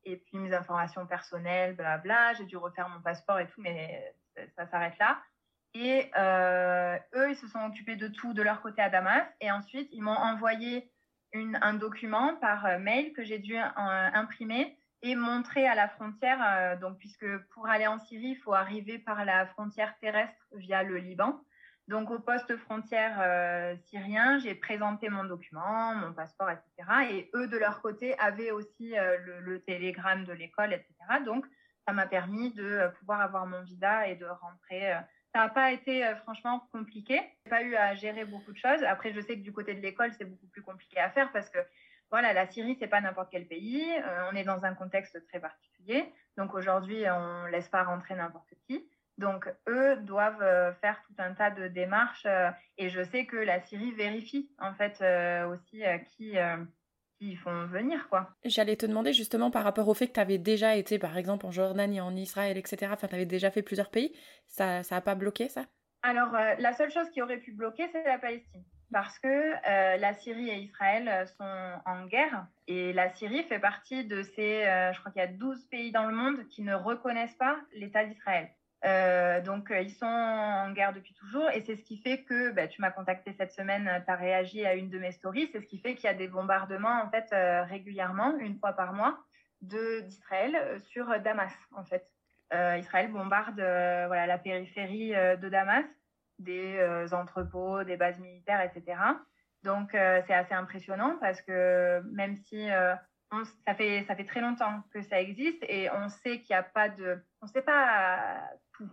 et puis mes informations personnelles, blabla. J'ai dû refaire mon passeport et tout, mais ça, ça s'arrête là. Et euh, eux, ils se sont occupés de tout de leur côté à Damas. Et ensuite, ils m'ont envoyé une, un document par euh, mail que j'ai dû euh, imprimer et montrer à la frontière. Euh, donc, puisque pour aller en Syrie, il faut arriver par la frontière terrestre via le Liban. Donc, au poste frontière euh, syrien, j'ai présenté mon document, mon passeport, et cetera. Et eux, de leur côté, avaient aussi euh, le, le télégramme de l'école, et cetera. Donc, ça m'a permis de euh, pouvoir avoir mon visa et de rentrer. Euh, ça n'a pas été euh, franchement compliqué. Je n'ai pas eu à gérer beaucoup de choses. Après, je sais que du côté de l'école, c'est beaucoup plus compliqué à faire parce que voilà, la Syrie, c'est pas n'importe quel pays. Euh, on est dans un contexte très particulier. Donc aujourd'hui, on ne laisse pas rentrer n'importe qui. Donc, eux doivent euh, faire tout un tas de démarches. Euh, et je sais que la Syrie vérifie en fait euh, aussi euh, qui... Euh, qui font venir, quoi. J'allais te demander justement par rapport au fait que tu avais déjà été, par exemple, en Jordanie, en Israël, et cetera. Enfin, tu avais déjà fait plusieurs pays. Ça ça a pas bloqué, ça? Alors, euh, la seule chose qui aurait pu bloquer, c'est la Palestine. Parce que euh, la Syrie et Israël sont en guerre. Et la Syrie fait partie de ces... Euh, je crois qu'il y a douze pays dans le monde qui ne reconnaissent pas l'État d'Israël. Euh, donc, euh, ils sont en guerre depuis toujours. Et c'est ce qui fait que, bah, tu m'as contacté cette semaine, tu as réagi à une de mes stories. C'est ce qui fait qu'il y a des bombardements, en fait, euh, régulièrement, une fois par mois, de, d'Israël euh, sur Damas, en fait. Euh, Israël bombarde euh, voilà, la périphérie euh, de Damas, des euh, entrepôts, des bases militaires, et cetera. Donc, euh, c'est assez impressionnant parce que même si euh, on, ça, fait, ça fait très longtemps que ça existe et on sait qu'il n'y a pas de... On ne sait pas tout.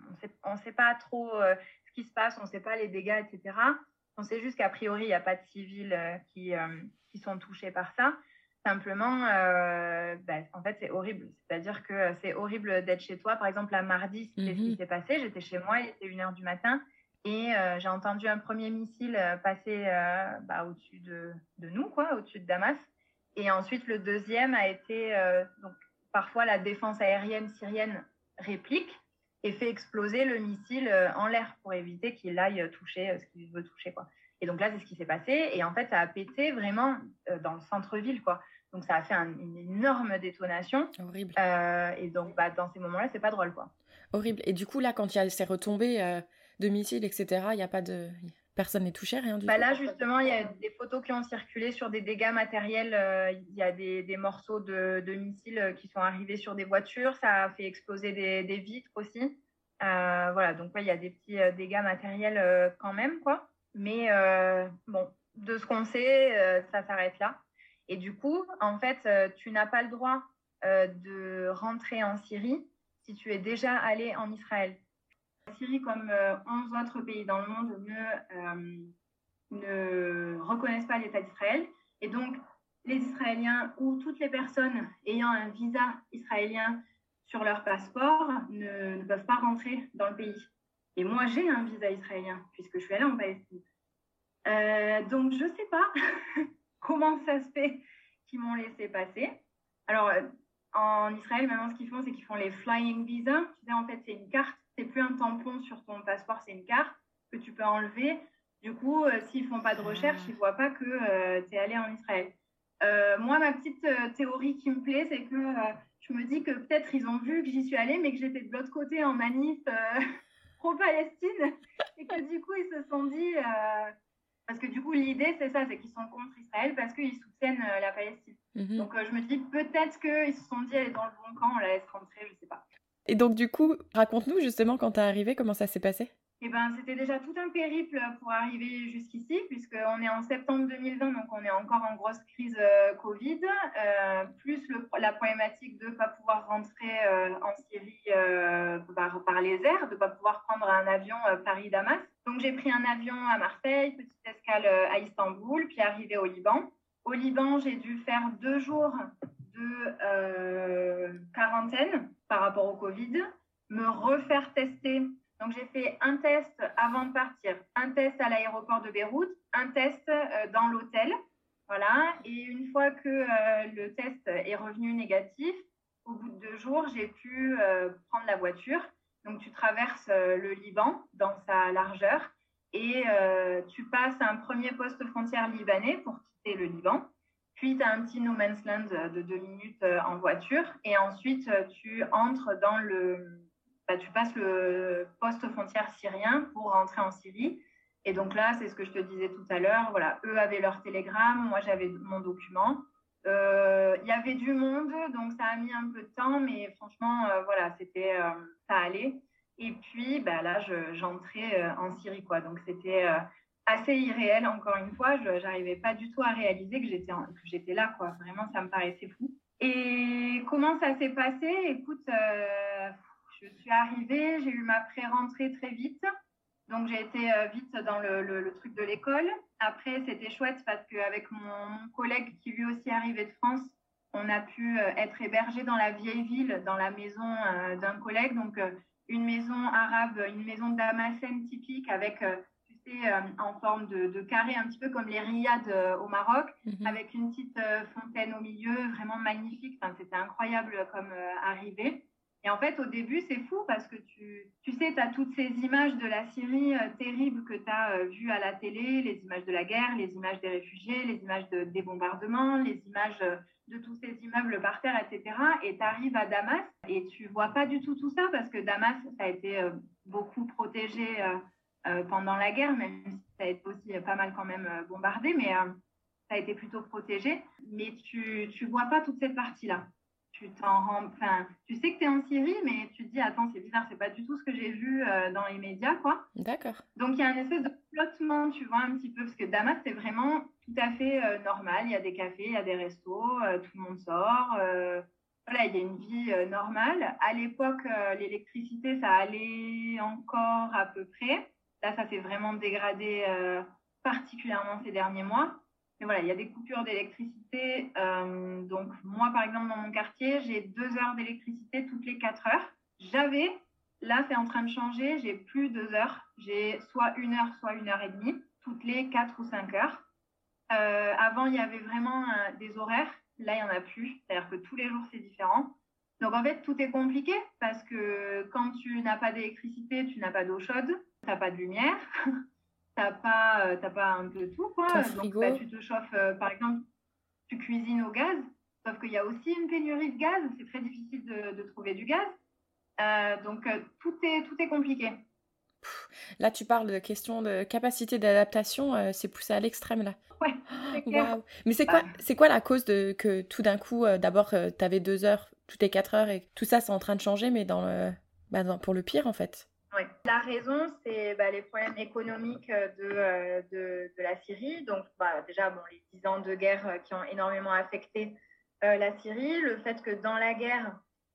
On ne sait pas trop euh, ce qui se passe, on ne sait pas les dégâts, et cetera. On sait juste qu'a priori, il n'y a pas de civils euh, qui, euh, qui sont touchés par ça. Simplement, euh, bah, en fait, c'est horrible. C'est-à-dire que c'est horrible d'être chez toi. Par exemple, à mardi, c'est mm-hmm. ce qui s'est passé. J'étais chez moi, il était une heure du matin. Et euh, j'ai entendu un premier missile passer euh, bah, au-dessus de, de nous, quoi, au-dessus de Damas. Et ensuite, le deuxième a été... Euh, donc, parfois, la défense aérienne syrienne réplique et fait exploser le missile en l'air pour éviter qu'il aille toucher ce qu'il veut toucher, quoi. Et donc là, c'est ce qui s'est passé. Et en fait, ça a pété vraiment euh, dans le centre-ville, quoi. Donc, ça a fait un, une énorme détonation. Horrible. Euh, et donc, bah, dans ces moments-là, c'est pas drôle, quoi. Horrible. Et du coup, là, quand il y a ces retombées euh, de missiles, et cetera, il y a pas de... Personne n'est touché, rien du bah tout. Là, justement, il y a des photos qui ont circulé sur des dégâts matériels. Euh, il y a des, des morceaux de, de missiles qui sont arrivés sur des voitures. Ça a fait exploser des, des vitres aussi. Euh, voilà, donc ouais, il y a des petits euh, dégâts matériels euh, quand même, quoi. Mais euh, bon, de ce qu'on sait, euh, ça s'arrête là. Et du coup, en fait, euh, tu n'as pas le droit euh, de rentrer en Syrie si tu es déjà allé en Israël. La Syrie, comme euh, onze autres pays dans le monde, ne, euh, ne reconnaissent pas l'État d'Israël. Et donc, les Israéliens ou toutes les personnes ayant un visa israélien sur leur passeport ne, ne peuvent pas rentrer dans le pays. Et moi, j'ai un visa israélien puisque je suis allée en Palestine. Euh, donc, je ne sais pas comment ça se fait qu'ils m'ont laissé passer. Alors, en Israël, maintenant, ce qu'ils font, c'est qu'ils font les flying visas. Tu sais, en fait, c'est une carte. C'est plus un tampon sur ton passeport, c'est une carte que tu peux enlever. Du coup, euh, s'ils ne font pas de recherche, ils ne voient pas que euh, tu es allé en Israël. Euh, moi, ma petite euh, théorie qui me plaît, c'est que euh, je me dis que peut-être ils ont vu que j'y suis allée, mais que j'étais de l'autre côté en manif euh, pro-Palestine. Et que du coup, ils se sont dit... Euh, parce que du coup, l'idée, c'est ça, c'est qu'ils sont contre Israël parce qu'ils soutiennent euh, la Palestine. Mm-hmm. Donc, euh, je me dis peut-être qu'ils se sont dit, elle est dans le bon camp, on la laisse rentrer, je ne sais pas. Et donc, du coup, raconte-nous justement quand t'es arrivée, comment ça s'est passé? Eh ben, c'était déjà tout un périple pour arriver jusqu'ici, puisqu'on est en septembre deux mille vingt, donc on est encore en grosse crise euh, Covid, euh, plus le, la problématique de ne pas pouvoir rentrer euh, en Syrie euh, par, par les airs, de ne pas pouvoir prendre un avion euh, Paris-Damas. Donc j'ai pris un avion à Marseille, petite escale euh, à Istanbul, puis arrivé au Liban. Au Liban, j'ai dû faire deux jours de euh, quarantaine par rapport au Covid, me refaire tester. Donc, j'ai fait un test avant de partir, un test à l'aéroport de Beyrouth, un test euh, dans l'hôtel. Voilà. Et une fois que euh, le test est revenu négatif, au bout de deux jours, j'ai pu euh, prendre la voiture. Donc, tu traverses euh, le Liban dans sa largeur et euh, tu passes un premier poste frontière libanais pour quitter le Liban. Puis, tu as un petit no man's land de deux minutes en voiture. Et ensuite, tu entres dans le... Bah, tu passes le poste frontière syrien pour rentrer en Syrie. Et donc là, c'est ce que je te disais tout à l'heure. Voilà, eux avaient leur télégramme, moi, j'avais mon document. Il euh, y avait du monde, donc ça a mis un peu de temps. Mais franchement, euh, voilà, c'était, euh, ça allait. Et puis, bah, là, je, j'entrais euh, en Syrie, quoi. Donc, c'était... Euh, assez irréel, encore une fois, je n'arrivais pas du tout à réaliser que j'étais, en, que j'étais là, quoi. Vraiment, ça me paraissait fou. Et comment ça s'est passé? Écoute, euh, je suis arrivée, j'ai eu ma pré-rentrée très vite. Donc, j'ai été euh, vite dans le, le, le truc de l'école. Après, c'était chouette parce qu'avec mon, mon collègue qui lui aussi arrivait de France, on a pu euh, être hébergé dans la vieille ville, dans la maison euh, d'un collègue. Donc, euh, une maison arabe, une maison damascène typique avec... Euh, Euh, en forme de, de carré, un petit peu comme les riads euh, au Maroc, mm-hmm. avec une petite euh, fontaine au milieu, vraiment magnifique. Enfin, c'était incroyable comme euh, arrivée. Et en fait, au début, c'est fou parce que tu, tu sais, tu as toutes ces images de la Syrie euh, terribles que tu as euh, vues à la télé, les images de la guerre, les images des réfugiés, les images de, des bombardements, les images euh, de tous ces immeubles par terre, et cetera. Et tu arrives à Damas et tu vois pas du tout tout ça parce que Damas, ça a été euh, beaucoup protégé euh, Euh, pendant la guerre, même si ça a été aussi pas mal quand même euh, bombardé, mais euh, ça a été plutôt protégé. Mais tu tu vois pas toute cette partie-là. Tu t'en rends, enfin, tu sais que tu es en Syrie, mais tu te dis attends, c'est bizarre, c'est pas du tout ce que j'ai vu euh, dans les médias, quoi. D'accord. Donc il y a une espèce de flottement, tu vois, un petit peu, parce que Damas c'est vraiment tout à fait euh, normal. Il y a des cafés, il y a des restos, euh, tout le monde sort. Euh, Voilà, il y a une vie euh, normale. À l'époque, euh, l'électricité, ça allait encore à peu près. Là, ça s'est vraiment dégradé euh, particulièrement ces derniers mois. Mais voilà, il y a des coupures d'électricité. Euh, donc, moi, par exemple, dans mon quartier, j'ai deux heures d'électricité toutes les quatre heures. J'avais, là, c'est en train de changer, j'ai plus deux heures. J'ai soit une heure, soit une heure et demie, toutes les quatre ou cinq heures. Euh, avant, il y avait vraiment euh, des horaires. Là, il n'y en a plus. C'est-à-dire que tous les jours, c'est différent. Donc, en fait, tout est compliqué parce que quand tu n'as pas d'électricité, tu n'as pas d'eau chaude, tu n'as pas de lumière, tu n'as pas, euh, t'as pas un peu tout, quoi. Donc, bah, tu te chauffes, euh, par exemple, tu cuisines au gaz, sauf qu'il y a aussi une pénurie de gaz. C'est très difficile de, de trouver du gaz. Euh, donc, euh, tout est, tout est compliqué. Là, tu parles de question de capacité d'adaptation, euh, c'est poussé à l'extrême, là. Ouais, c'est clair. Wow. Mais c'est quoi, c'est quoi la cause de que tout d'un coup, euh, d'abord, euh, tu avais deux heures, toutes les quatre heures, et tout ça, c'est en train de changer, mais dans le, bah, dans, pour le pire, en fait. Oui. La raison, c'est bah, les problèmes économiques de, euh, de, de la Syrie. Donc, bah, déjà, bon, les dix ans de guerre euh, qui ont énormément affecté euh, la Syrie. Le fait que dans la guerre,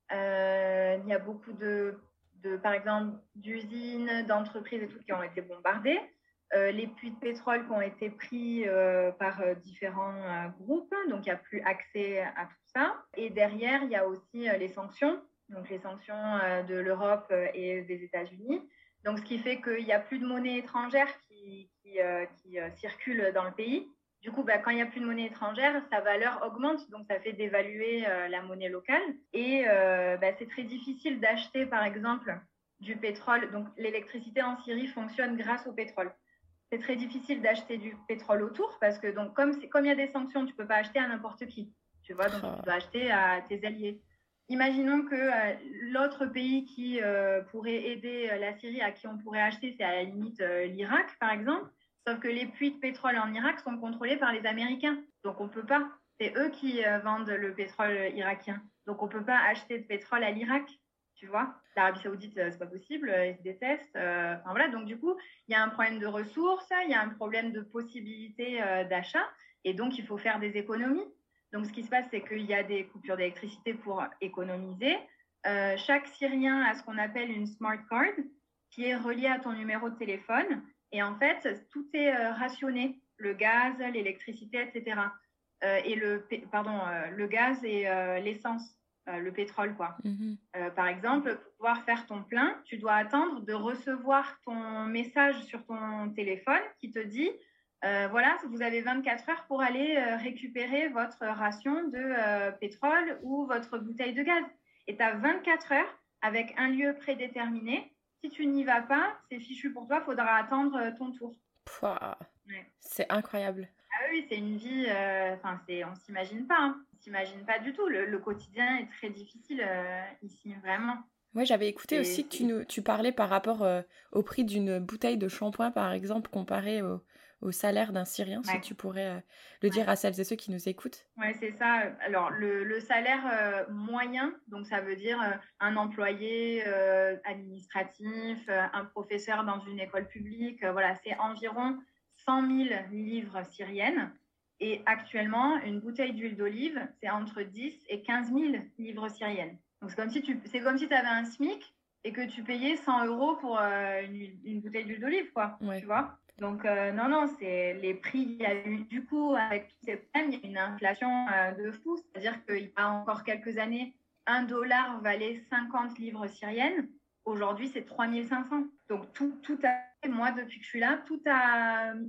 euh, il y a beaucoup de, de, par exemple, d'usines, d'entreprises et tout qui ont été bombardées. Euh, les puits de pétrole qui ont été pris euh, par euh, différents euh, groupes. Donc, il n'y a plus accès à tout ça. Et derrière, il y a aussi euh, les sanctions. Donc les sanctions euh, de l'Europe euh, et des États-Unis. Donc ce qui fait qu'il n'y a plus de monnaie étrangère qui, qui, euh, qui euh, circule dans le pays. Du coup, bah, quand il n'y a plus de monnaie étrangère, sa valeur augmente, donc ça fait dévaluer euh, la monnaie locale. Et euh, bah, c'est très difficile d'acheter, par exemple, du pétrole. Donc l'électricité en Syrie fonctionne grâce au pétrole. C'est très difficile d'acheter du pétrole autour parce que donc, comme, c'est, comme il y a des sanctions, tu ne peux pas acheter à n'importe qui. Tu vois, donc oh. tu dois acheter à tes alliés. Imaginons que euh, l'autre pays qui euh, pourrait aider euh, la Syrie, à qui on pourrait acheter, c'est à la limite euh, l'Irak, par exemple. Sauf que les puits de pétrole en Irak sont contrôlés par les Américains. Donc, on ne peut pas. C'est eux qui euh, vendent le pétrole irakien. Donc, on ne peut pas acheter de pétrole à l'Irak, tu vois. L'Arabie Saoudite, euh, ce n'est pas possible. Euh, ils se détestent. Euh, enfin, voilà. Donc, du coup, il y a un problème de ressources. Il y a un problème de possibilité euh, d'achat. Et donc, il faut faire des économies. Donc, ce qui se passe, c'est qu'il y a des coupures d'électricité pour économiser. Euh, chaque Syrien a ce qu'on appelle une smart card qui est reliée à ton numéro de téléphone. Et en fait, tout est euh, rationné, le gaz, l'électricité, et cetera. Euh, et le, pardon, euh, le gaz et euh, l'essence, euh, le pétrole, quoi. Mm-hmm. Euh, par exemple, pour pouvoir faire ton plein, tu dois attendre de recevoir ton message sur ton téléphone qui te dit Euh, voilà, vous avez vingt-quatre heures pour aller euh, récupérer votre ration de euh, pétrole ou votre bouteille de gaz. Et tu as vingt-quatre heures avec un lieu prédéterminé. Si tu n'y vas pas, c'est fichu pour toi, il faudra attendre euh, ton tour. Pouah, ouais. C'est incroyable. Ah Ah oui, c'est une vie, euh, enfin, c'est, on s'imagine pas, hein. On s'imagine pas du tout. Le, le quotidien est très difficile euh, ici, vraiment. Ouais, j'avais écouté C'est, aussi que tu, c'est... nous, tu parlais par rapport euh, au prix d'une bouteille de shampoing, par exemple, comparé au, au salaire d'un Syrien, si Ouais, tu pourrais euh, le ouais. dire à celles et ceux qui nous écoutent. Ouais, c'est ça. Alors, le, le salaire euh, moyen, donc ça veut dire euh, un employé euh, administratif, euh, un professeur dans une école publique, euh, voilà, c'est environ cent mille livres syriennes. Et actuellement, une bouteille d'huile d'olive, c'est entre dix et quinze mille livres syriennes. Donc, c'est comme si tu c'est comme si tu avais un SMIC et que tu payais cent euros pour euh, une, une bouteille d'huile d'olive, quoi, tu Ouais. vois. Donc, euh, non, non, c'est les prix. Il y a eu, du coup, avec tous ces problèmes, il y a une inflation euh, de fou. C'est-à-dire qu'il y a encore quelques années, un dollar valait cinquante livres syriennes. Aujourd'hui, c'est trois mille cinq cents. Donc, tout, tout a, moi, depuis que je suis là, tout a, a,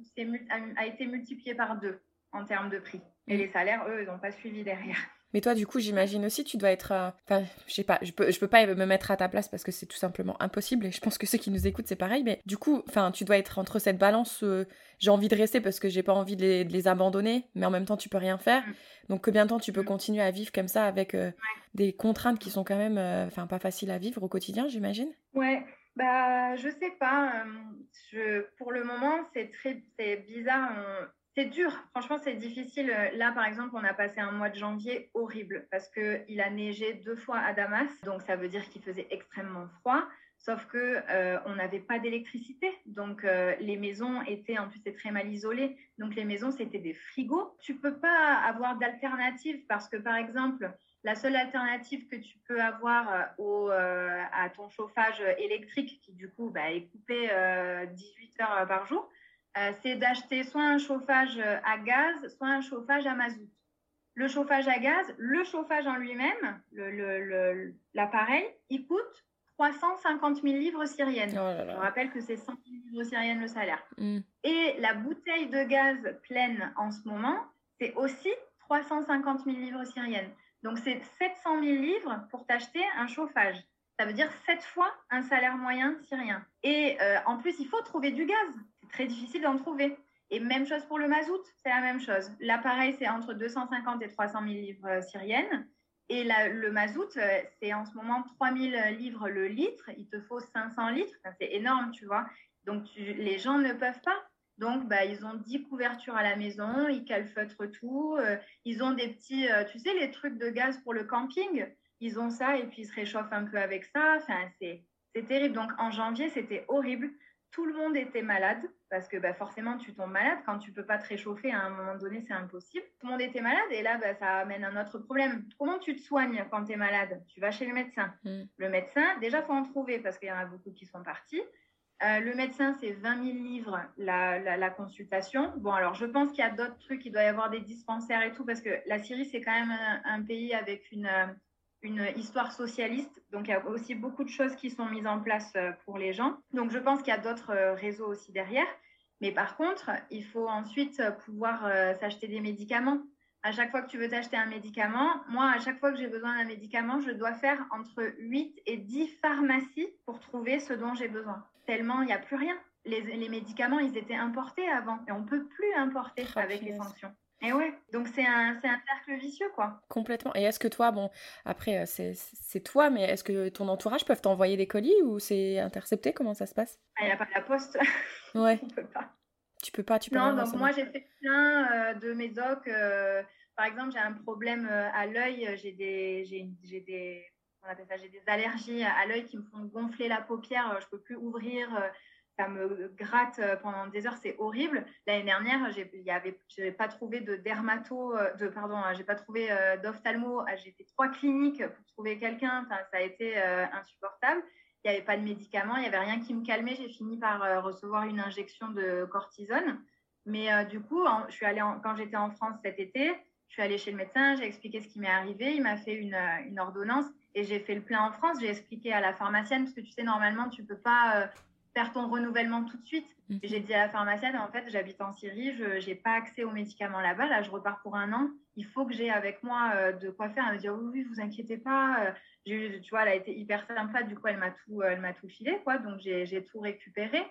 a été multiplié par deux en termes de prix. Et Mm. les salaires, eux, ils n'ont pas suivi derrière. Mais toi, du coup, j'imagine aussi, tu dois être... euh, Enfin, je sais pas, je peux, je peux pas me mettre à ta place parce que c'est tout simplement impossible. Et je pense que ceux qui nous écoutent, c'est pareil. Mais du coup, enfin, tu dois être entre cette balance, euh, j'ai envie de rester parce que j'ai pas envie de les, de les abandonner, mais en même temps, tu peux rien faire. Mm. Donc, combien de temps tu peux Mm. continuer à vivre comme ça avec euh, Ouais. des contraintes qui sont quand même, euh, enfin, pas faciles à vivre au quotidien, j'imagine? Ouais, bah, je sais pas. euh, je, pour le moment, c'est très, c'est bizarre. on- C'est dur. Franchement, c'est difficile. Là, par exemple, on a passé un mois de janvier horrible parce que il a neigé deux fois à Damas. Donc, ça veut dire qu'il faisait extrêmement froid. Sauf que euh, on n'avait pas d'électricité. Donc, euh, les maisons étaient, en plus, c'est très mal isolé. Donc, les maisons, c'était des frigos. Tu peux pas avoir d'alternative parce que, par exemple, la seule alternative que tu peux avoir euh, au, euh, à ton chauffage électrique, qui du coup bah, est coupé euh, dix-huit heures par jour, euh, c'est d'acheter soit un chauffage à gaz, soit un chauffage à mazout. Le chauffage à gaz, le chauffage en lui-même, le, le, le, l'appareil, il coûte trois cent cinquante mille livres Oh syriennes. là Je là. rappelle que c'est cent mille livres syriennes le salaire. Mm. Et la bouteille de gaz pleine en ce moment, c'est aussi trois cent cinquante mille livres syriennes. Donc, c'est sept cent mille livres pour t'acheter un chauffage. Ça veut dire sept fois un salaire moyen syrien. Et euh, en plus, il faut trouver du gaz. C'est très difficile d'en trouver. Et même chose pour le mazout, c'est la même chose. L'appareil, c'est entre deux cent cinquante et trois cent mille livres syriennes. Et la, le mazout, c'est en ce moment trois mille livres le litre. Il te faut cinq cents litres. Enfin, c'est énorme, tu vois. Donc, tu, les gens ne peuvent pas. Donc, bah, ils ont dix couvertures à la maison, ils calfeutrent tout. Euh, ils ont des petits, euh, tu sais, les trucs de gaz pour le camping. Ils ont ça et puis ils se réchauffent un peu avec ça. Enfin, c'est, c'est terrible. Donc, en janvier, c'était horrible. Tout le monde était malade parce que bah, forcément, tu tombes malade. Quand tu ne peux pas te réchauffer, à un moment donné, c'est impossible. Tout le monde était malade et là, bah, ça amène un autre problème. Comment tu te soignes quand tu es malade? Tu vas chez le médecin. Mm. Le médecin, déjà, il faut en trouver parce qu'il y en a beaucoup qui sont partis. Euh, le médecin, c'est vingt mille livres la, la, la, consultation. Bon, alors je pense qu'il y a d'autres trucs, il doit y avoir des dispensaires et tout, parce que la Syrie, c'est quand même un, un pays avec une, une histoire socialiste. Donc, il y a aussi beaucoup de choses qui sont mises en place pour les gens. Donc, je pense qu'il y a d'autres réseaux aussi derrière. Mais par contre, il faut ensuite pouvoir euh, s'acheter des médicaments. À chaque fois que tu veux t'acheter un médicament, moi, à chaque fois que j'ai besoin d'un médicament, je dois faire entre huit et dix pharmacies pour trouver ce dont j'ai besoin. Tellement il n'y a plus rien. Les, les médicaments, ils étaient importés avant et on ne peut plus importer Oh, avec punaise. les sanctions. Et ouais, donc c'est un, c'est un cercle vicieux, quoi. Complètement. Et est-ce que toi, bon, après, c'est, c'est toi, mais est-ce que ton entourage peut t'envoyer des colis ou c'est intercepté? Comment ça se passe? Il n'y a pas la poste. Ouais. On peut pas. Tu peux pas, tu peux Non, rien donc recevoir. moi, j'ai fait plein euh, de médocs. Euh, par exemple, j'ai un problème euh, à l'œil. J'ai des, j'ai, j'ai des, on appelle ça, j'ai des allergies à l'œil qui me font gonfler la paupière. Je peux plus ouvrir. Euh, ça me gratte pendant des heures, c'est horrible. L'année dernière, j'ai, y avait, j'ai pas trouvé de dermato, de pardon, j'ai pas trouvé euh, d'ophtalmo. J'ai fait trois cliniques pour trouver quelqu'un. Enfin, ça a été euh, insupportable. Il n'y avait pas de médicaments, il n'y avait rien qui me calmait. J'ai fini par euh, recevoir une injection de cortisone. Mais euh, du coup, en, je suis allée en, quand j'étais en France cet été, je suis allée chez le médecin, j'ai expliqué ce qui m'est arrivé. Il m'a fait une, une ordonnance et j'ai fait le plein en France. J'ai expliqué à la pharmacienne, parce que tu sais, normalement, tu ne peux pas euh, faire ton renouvellement tout de suite. Mm-hmm. J'ai dit à la pharmacienne, en fait, j'habite en Syrie, je n'ai pas accès aux médicaments là-bas. Là, je repars pour un an. Il faut que j'ai avec moi euh, de quoi faire. Elle me dit, oui, oui, vous inquiétez pas. Euh, tu vois, elle a été hyper sympa. Du coup, elle m'a tout, elle m'a tout filé, quoi. Donc, j'ai, j'ai tout récupéré.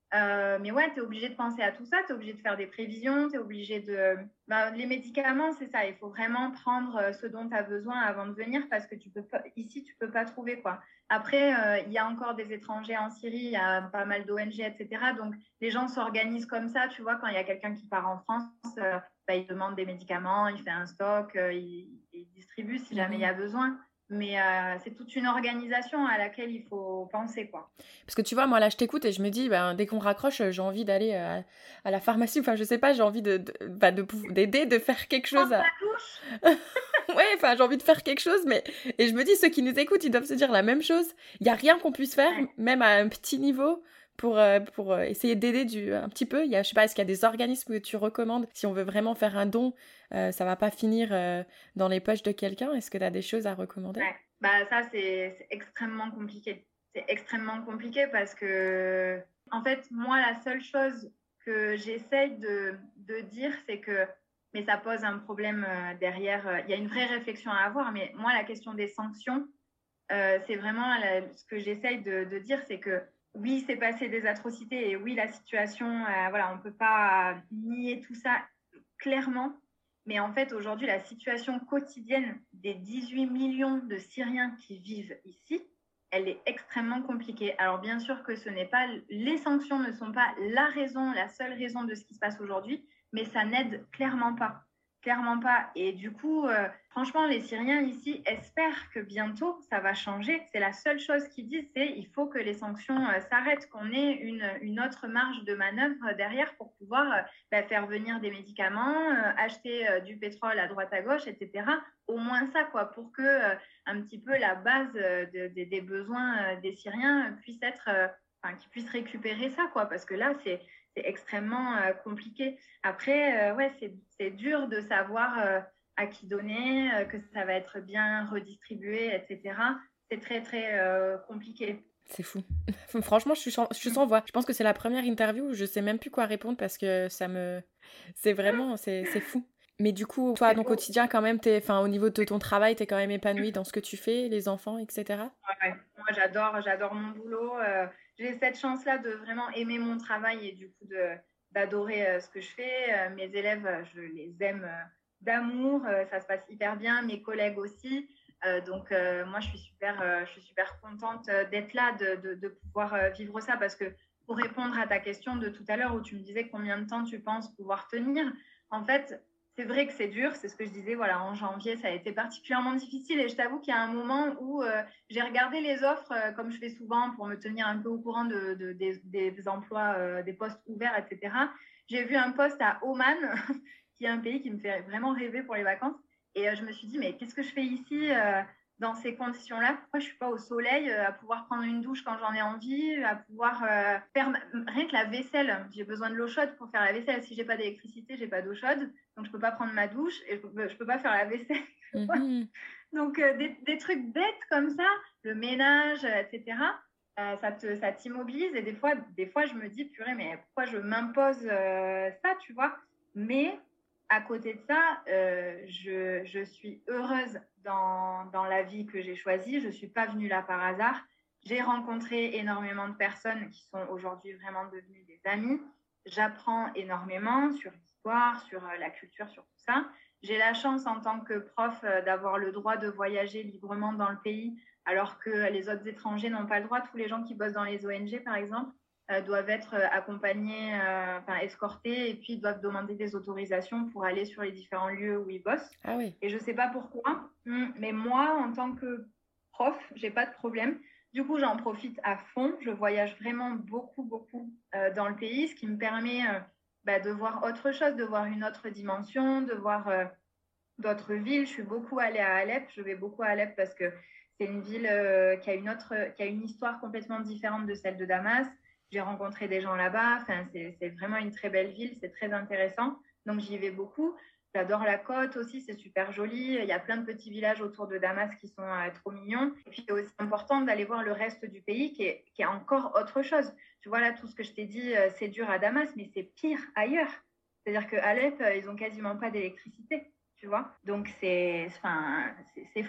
Euh, mais ouais, tu es obligé de penser à tout ça, tu es obligé de faire des prévisions, tu es obligé de... Ben, les médicaments, c'est ça, il faut vraiment prendre euh, ce dont tu as besoin avant de venir parce que tu peux pas... ici, tu peux pas trouver quoi. Après, euh, il y a encore des étrangers en Syrie, il y a pas mal d'O N G, et cetera. Donc, les gens s'organisent comme ça, tu vois, quand il y a quelqu'un qui part en France, euh, ben, il demande des médicaments, il fait un stock, euh, il, il distribue si jamais il y a besoin. Mais euh, c'est toute une organisation à laquelle il faut penser, quoi. Parce que tu vois, moi là, je t'écoute et je me dis, ben, dès qu'on raccroche, j'ai envie d'aller à, à la pharmacie. Enfin, je sais pas, j'ai envie de, de, bah, de, d'aider, de faire quelque chose. Prendre À... la douche. Ouais, enfin, j'ai envie de faire quelque chose, mais... Et je me dis, ceux qui nous écoutent, ils doivent se dire la même chose. Il n'y a rien qu'on puisse faire, Ouais. même à un petit niveau, pour, euh, pour euh, essayer d'aider du, un petit peu. Il y a, je sais pas, est-ce qu'il y a des organismes que tu recommandes? Si on veut vraiment faire un don, euh, ça va pas finir euh, dans les poches de quelqu'un. Est-ce que tu as des choses à recommander? Ouais. Bah, ça, c'est, c'est extrêmement compliqué. C'est extrêmement compliqué parce que, en fait, moi, la seule chose que j'essaye de, de dire, c'est que, mais ça pose un problème euh, derrière. euh, Il y a une vraie réflexion à avoir, mais moi, la question des sanctions, euh, c'est vraiment la- ce que j'essaye de, de dire, c'est que oui, c'est passé des atrocités et oui, la situation, euh, voilà, on ne peut pas nier tout ça clairement. Mais en fait, aujourd'hui, la situation quotidienne des dix-huit millions de Syriens qui vivent ici, elle est extrêmement compliquée. Alors bien sûr que ce n'est pas, les sanctions ne sont pas la raison, la seule raison de ce qui se passe aujourd'hui, mais ça n'aide clairement pas. Clairement pas. Et du coup, euh, franchement, les Syriens ici espèrent que bientôt ça va changer. C'est la seule chose qu'ils disent, c'est il faut que les sanctions euh, s'arrêtent, qu'on ait une, une autre marge de manœuvre derrière pour pouvoir euh, bah, faire venir des médicaments, euh, acheter euh, du pétrole à droite à gauche, et cetera. Au moins ça, quoi, pour que euh, un petit peu la base euh, de, de, des besoins euh, des Syriens puisse être, euh, enfin, qu'ils puissent récupérer ça, quoi, parce que là, c'est c'est extrêmement euh, compliqué. Après, euh, ouais, c'est, c'est dur de savoir euh, à qui donner, euh, que ça va être bien redistribué, et cetera. C'est très, très euh, compliqué. C'est fou. Franchement, je suis, sans, je suis sans voix. Je pense que c'est la première interview où je sais même plus quoi répondre parce que ça me... C'est vraiment... C'est, c'est fou. Mais du coup, toi, ton quotidien, quand même, t'es, enfin, au niveau de ton travail, t'es quand même épanouie dans ce que tu fais, les enfants, et cetera. Ouais, moi, j'adore, j'adore mon boulot. Euh, j'ai cette chance-là de vraiment aimer mon travail et du coup de, d'adorer euh, ce que je fais. Euh, mes élèves, euh, je les aime euh, d'amour. Euh, ça se passe hyper bien. Mes collègues aussi. Euh, donc, euh, moi, je suis super, euh, je suis super contente euh, d'être là, de, de, de pouvoir euh, vivre ça parce que pour répondre à ta question de tout à l'heure où tu me disais combien de temps tu penses pouvoir tenir, en fait, c'est vrai que c'est dur, c'est ce que je disais, voilà, en janvier, ça a été particulièrement difficile et je t'avoue qu'il y a un moment où euh, j'ai regardé les offres, euh, comme je fais souvent pour me tenir un peu au courant de, de, des, des emplois, euh, des postes ouverts, et cetera. J'ai vu un poste à Oman, qui est un pays qui me fait vraiment rêver pour les vacances. Et euh, je me suis dit, mais qu'est-ce que je fais ici euh, dans ces conditions-là? Pourquoi je ne suis pas au soleil, euh, à pouvoir prendre une douche quand j'en ai envie, à pouvoir euh, faire rien que la vaisselle? J'ai besoin de l'eau chaude pour faire la vaisselle. Si je n'ai pas d'électricité, je n'ai pas d'eau chaude. Donc, je ne peux pas prendre ma douche et je ne peux, peux pas faire la vaisselle. Mm-hmm. Donc, euh, des, des trucs bêtes comme ça, le ménage, et cetera, euh, ça, te, ça t'immobilise. Et des fois, des fois, je me dis, purée, mais pourquoi je m'impose euh, ça, tu vois? Mais à côté de ça, euh, je, je suis heureuse dans, dans la vie que j'ai choisie. Je ne suis pas venue là par hasard. J'ai rencontré énormément de personnes qui sont aujourd'hui vraiment devenues des amies. J'apprends énormément sur l'histoire, sur la culture, sur tout ça. J'ai la chance en tant que prof euh, d'avoir le droit de voyager librement dans le pays, alors que les autres étrangers n'ont pas le droit. Tous les gens qui bossent dans les O N G, par exemple, euh, doivent être accompagnés, euh, enfin escortés, et puis doivent demander des autorisations pour aller sur les différents lieux où ils bossent. Ah oui. Et je ne sais pas pourquoi, mais moi, en tant que prof, je n'ai pas de problème. Du coup, j'en profite à fond. Je voyage vraiment beaucoup, beaucoup euh, dans le pays, ce qui me permet euh, bah, de voir autre chose, de voir une autre dimension, de voir euh, d'autres villes. Je suis beaucoup allée à Alep. Je vais beaucoup à Alep parce que c'est une ville euh, qui a une autre, qui a une histoire complètement différente de celle de Damas. J'ai rencontré des gens là-bas. Enfin, c'est, c'est vraiment une très belle ville. C'est très intéressant. Donc, j'y vais beaucoup. J'adore la côte aussi, c'est super joli. Il y a plein de petits villages autour de Damas qui sont euh, trop mignons. Et puis, c'est aussi important d'aller voir le reste du pays qui est, qui est encore autre chose. Tu vois, là, tout ce que je t'ai dit, euh, c'est dur à Damas, mais c'est pire ailleurs. C'est-à-dire qu'à Alep, euh, ils n'ont quasiment pas d'électricité, tu vois. Donc, c'est, enfin, c'est, c'est fou.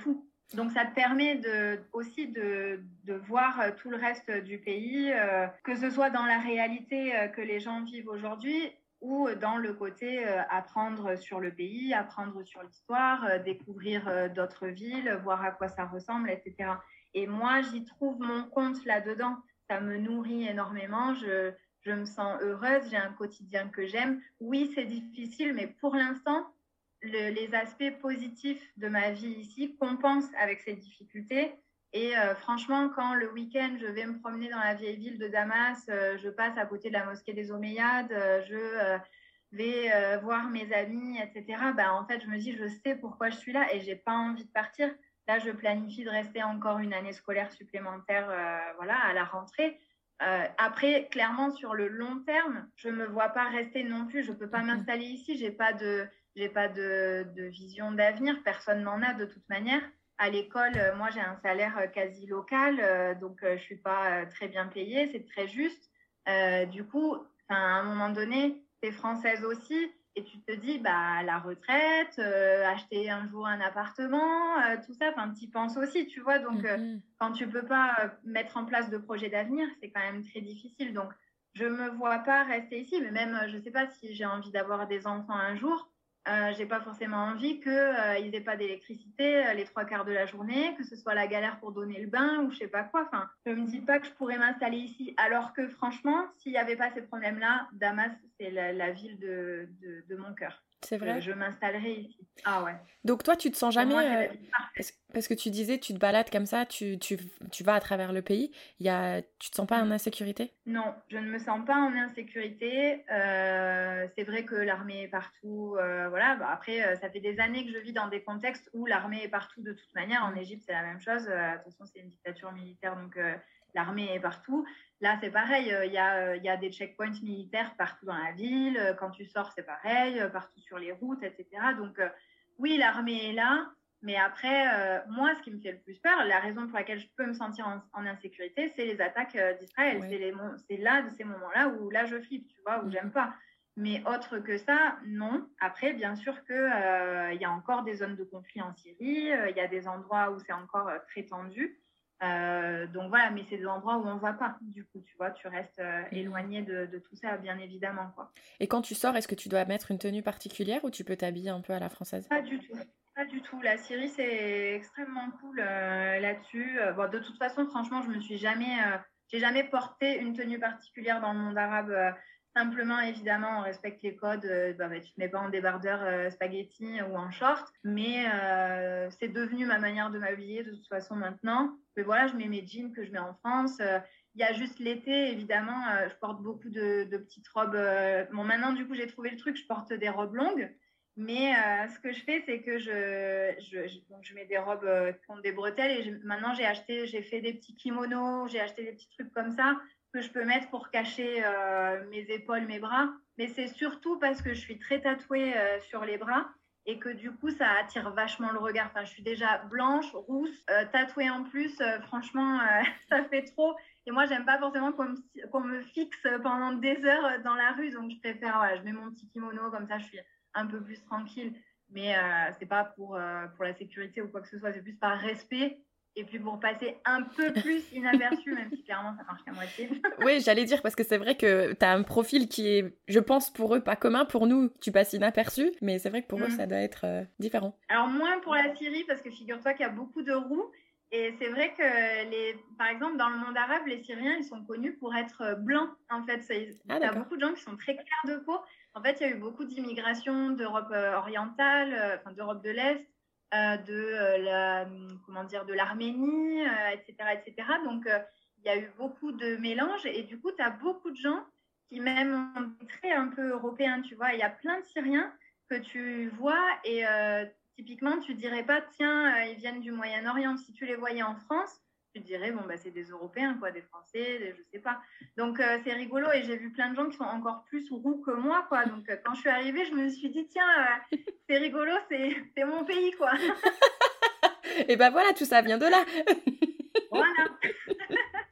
Donc, ça te permet de, aussi de, de voir tout le reste du pays, euh, que ce soit dans la réalité euh, que les gens vivent aujourd'hui ou dans le côté euh, apprendre sur le pays, apprendre sur l'histoire, euh, découvrir euh, d'autres villes, voir à quoi ça ressemble, et cetera. Et moi, j'y trouve mon compte là-dedans. Ça me nourrit énormément. Je, je me sens heureuse. J'ai un quotidien que j'aime. Oui, c'est difficile, mais pour l'instant, le, les aspects positifs de ma vie ici compensent avec ces difficultés. Et euh, franchement, quand le week-end, je vais me promener dans la vieille ville de Damas, euh, je passe à côté de la mosquée des Omeyyades, euh, je euh, vais euh, voir mes amis, et cetera. Bah, en fait, je me dis, je sais pourquoi je suis là et j'ai pas envie de partir. Là, je planifie de rester encore une année scolaire supplémentaire, euh, voilà, à la rentrée. Euh, après, clairement, sur le long terme, je me vois pas rester non plus. Je peux pas m'installer ici. J'ai pas de, j'ai pas de, de vision d'avenir. Personne n'en a de toute manière. À l'école, euh, moi, j'ai un salaire euh, quasi local, euh, donc euh, je suis pas euh, très bien payée. C'est très juste. Euh, du coup, à un moment donné, tu es française aussi. Et tu te dis, bah, la retraite, euh, acheter un jour un appartement, euh, tout ça, tu y penses aussi, tu vois. Donc, euh, mm-hmm. quand tu ne peux pas euh, mettre en place de projet d'avenir, c'est quand même très difficile. Donc, je ne me vois pas rester ici, mais même, je ne sais pas si j'ai envie d'avoir des enfants un jour. Euh, je n'ai pas forcément envie qu'ils euh, n'aient pas d'électricité euh, les trois quarts de la journée, que ce soit la galère pour donner le bain ou je ne sais pas quoi. Enfin, je ne me dis pas que je pourrais m'installer ici. Alors que franchement, s'il n'y avait pas ces problèmes-là, Damas, c'est la, la ville de, de, de mon cœur. C'est vrai. Euh, je m'installerai ici. Ah ouais. Donc toi, tu te sens jamais... Moi, euh, parce, parce que tu disais, tu te balades comme ça, tu, tu, tu vas à travers le pays. Y a, tu te sens pas en insécurité ? Non, je ne me sens pas en insécurité. Euh, c'est vrai que l'armée est partout. Euh, voilà. Bah, après, euh, ça fait des années que je vis dans des contextes où l'armée est partout de toute manière. En Égypte, c'est la même chose. Euh, de toute façon, c'est une dictature militaire, donc euh, l'armée est partout. Là, c'est pareil. Il euh, y, euh, y a des checkpoints militaires partout dans la ville. Quand tu sors, c'est pareil. Partout sur les routes, et cetera. Donc, euh, oui, l'armée est là. Mais après, euh, moi, ce qui me fait le plus peur, la raison pour laquelle je peux me sentir en, en insécurité, c'est les attaques euh, d'Israël. Ouais. C'est, les, c'est là, de ces moments-là, où là, je flippe, tu vois, où mmh. j'aime pas. Mais autre que ça, non. Après, bien sûr qu'il euh, y a encore des zones de conflit en Syrie. Il euh, y a des endroits où c'est encore euh, très tendu. Euh, donc voilà, mais c'est des endroits où on ne voit pas. Du coup, tu vois, tu restes euh, éloigné de, de tout ça, bien évidemment, quoi. Et quand tu sors, est-ce que tu dois mettre une tenue particulière ou tu peux t'habiller un peu à la française ? Pas du tout. Pas du tout. La Syrie, c'est extrêmement cool euh, là-dessus. Euh, bon, de toute façon, franchement, je me suis jamais, euh, j'ai jamais porté une tenue particulière dans le monde arabe. Euh, simplement, évidemment, on respecte les codes. Euh, bah, bah, tu te mets pas en débardeur euh, spaghetti ou en short, mais euh, c'est devenu ma manière de m'habiller de toute façon maintenant. Mais voilà, je mets mes jeans que je mets en France. Il euh, y a juste l'été, évidemment, euh, je porte beaucoup de, de petites robes. Euh, bon, maintenant, du coup, j'ai trouvé le truc. Je porte des robes longues. Mais euh, ce que je fais, c'est que je, je, je, donc je mets des robes euh, qui ont des bretelles et je, maintenant j'ai acheté, j'ai fait des petits kimonos, j'ai acheté des petits trucs comme ça que je peux mettre pour cacher euh, mes épaules, mes bras. Mais c'est surtout parce que je suis très tatouée euh, sur les bras et que du coup ça attire vachement le regard. Enfin, je suis déjà blanche, rousse, euh, tatouée en plus. Euh, franchement, euh, ça fait trop. Et moi, j'aime pas forcément qu'on me, qu'on me fixe pendant des heures dans la rue, donc je préfère, voilà, je mets mon petit kimono comme ça, je suis un peu plus tranquille, mais euh, c'est pas pour, euh, pour la sécurité ou quoi que ce soit, c'est plus par respect et puis pour passer un peu plus inaperçu, même si clairement ça marche qu'à moitié. Oui, j'allais dire, parce que c'est vrai que t'as un profil qui est, je pense, pour eux pas commun, pour nous tu passes inaperçu, mais c'est vrai que pour mmh. eux ça doit être euh, différent. Alors moins pour la Syrie, parce que figure-toi qu'il y a beaucoup de roux, et c'est vrai que, les, par exemple, dans le monde arabe, les Syriens, ils sont connus pour être blancs, en fait. Il ah, y a beaucoup de gens qui sont très clairs de peau. En fait, il y a eu beaucoup d'immigration d'Europe orientale, euh, enfin d'Europe de l'Est, euh, de euh, la, comment dire, de l'Arménie, euh, et cetera, et cetera. Donc, euh, il y a eu beaucoup de mélanges et du coup, tu as beaucoup de gens qui même ont des traits un peu européens, tu vois. Il y a plein de Syriens que tu vois et euh, typiquement, tu dirais pas, tiens, euh, ils viennent du Moyen-Orient. Si tu les voyais en France, tu dirais, bon, bah, c'est des Européens, quoi, des Français, des, je sais pas. Donc, euh, c'est rigolo et j'ai vu plein de gens qui sont encore plus roux que moi, quoi. Donc, euh, quand je suis arrivée, je me suis dit, tiens, euh, c'est rigolo, c'est, c'est mon pays, quoi. Et ben voilà, tout ça vient de là. Voilà.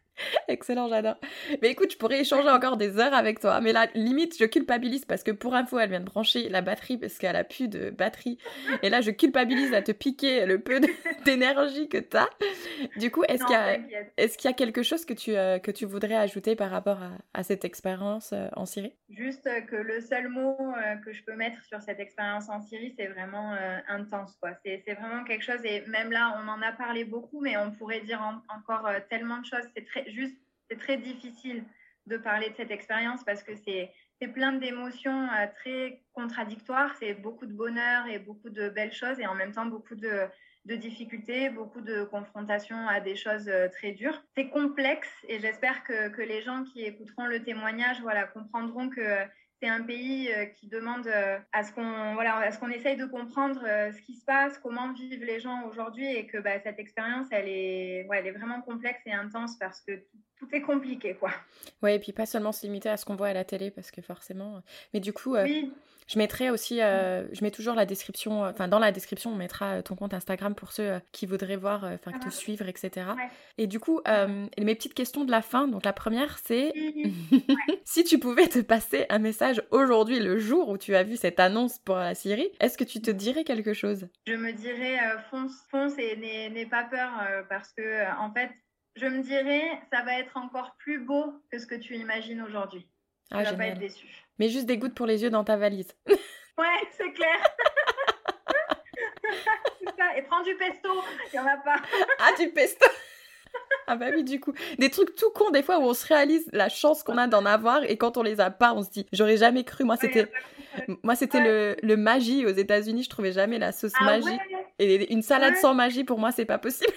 Excellent, j'adore. Mais écoute, je pourrais échanger encore des heures avec toi. Mais là, limite, je culpabilise parce que pour info, elle vient de brancher la batterie parce qu'elle a plus de batterie. Et là, je culpabilise à te piquer le peu de- d'énergie que t'as. Du coup, est-ce Non, qu'il y a, t'inquiète. est-ce qu'il y a quelque chose que tu, euh, que tu voudrais ajouter par rapport à, à cette expérience euh, en Syrie? Juste euh, que le seul mot euh, que je peux mettre sur cette expérience en Syrie, c'est vraiment euh, intense, quoi. C'est, c'est vraiment quelque chose, et même là, on en a parlé beaucoup, mais on pourrait dire en- encore euh, tellement de choses. C'est très, juste, c'est très difficile de parler de cette expérience parce que c'est, c'est plein d'émotions euh, très contradictoires. C'est beaucoup de bonheur et beaucoup de belles choses, et en même temps beaucoup de, de difficultés, beaucoup de confrontations à des choses euh, très dures. C'est complexe, et j'espère que, que les gens qui écouteront le témoignage, voilà, comprendront que euh, c'est un pays euh, qui demande euh, à ce qu'on voilà, à ce qu'on essaye de comprendre euh, ce qui se passe, comment vivent les gens aujourd'hui, et que bah, cette expérience, elle est, ouais, elle est vraiment complexe et intense parce que tout, tout est compliqué, quoi. Ouais, et puis pas seulement se limiter à ce qu'on voit à la télé, parce que forcément... Mais du coup, euh, Oui. je mettrai aussi... euh, je mets toujours la description... Enfin, dans la description, on mettra euh, ton compte Instagram pour ceux euh, qui voudraient voir, enfin, Ah, te suivre, et cetera. ouais. Et du coup, euh, mes petites questions de la fin. Donc, la première, c'est... Oui. Si tu pouvais te passer un message aujourd'hui, le jour où tu as vu cette annonce pour la Syrie, est-ce que tu te dirais quelque chose? Je me dirais euh, fonce, fonce et n'aie, n'aie pas peur euh, parce que, euh, en fait, je me dirais ça va être encore plus beau que ce que tu imagines aujourd'hui. Ah, Tu vas pas être génial. déçu. Mais juste des gouttes pour les yeux dans ta valise. Ouais, c'est clair. C'est ça. Et prends du pesto, il n'y en a pas. Ah, du pesto. Ah bah oui, du coup. Des trucs tout cons, des fois, où on se réalise la chance qu'on a d'en avoir, et quand on les a pas, on se dit, j'aurais jamais cru. Moi, c'était, Ouais, moi, c'était ouais. le, le Maggi aux États-Unis. Je trouvais jamais la sauce Ah Maggi. ouais, Et une salade ouais. sans Maggi, pour moi, c'est pas possible.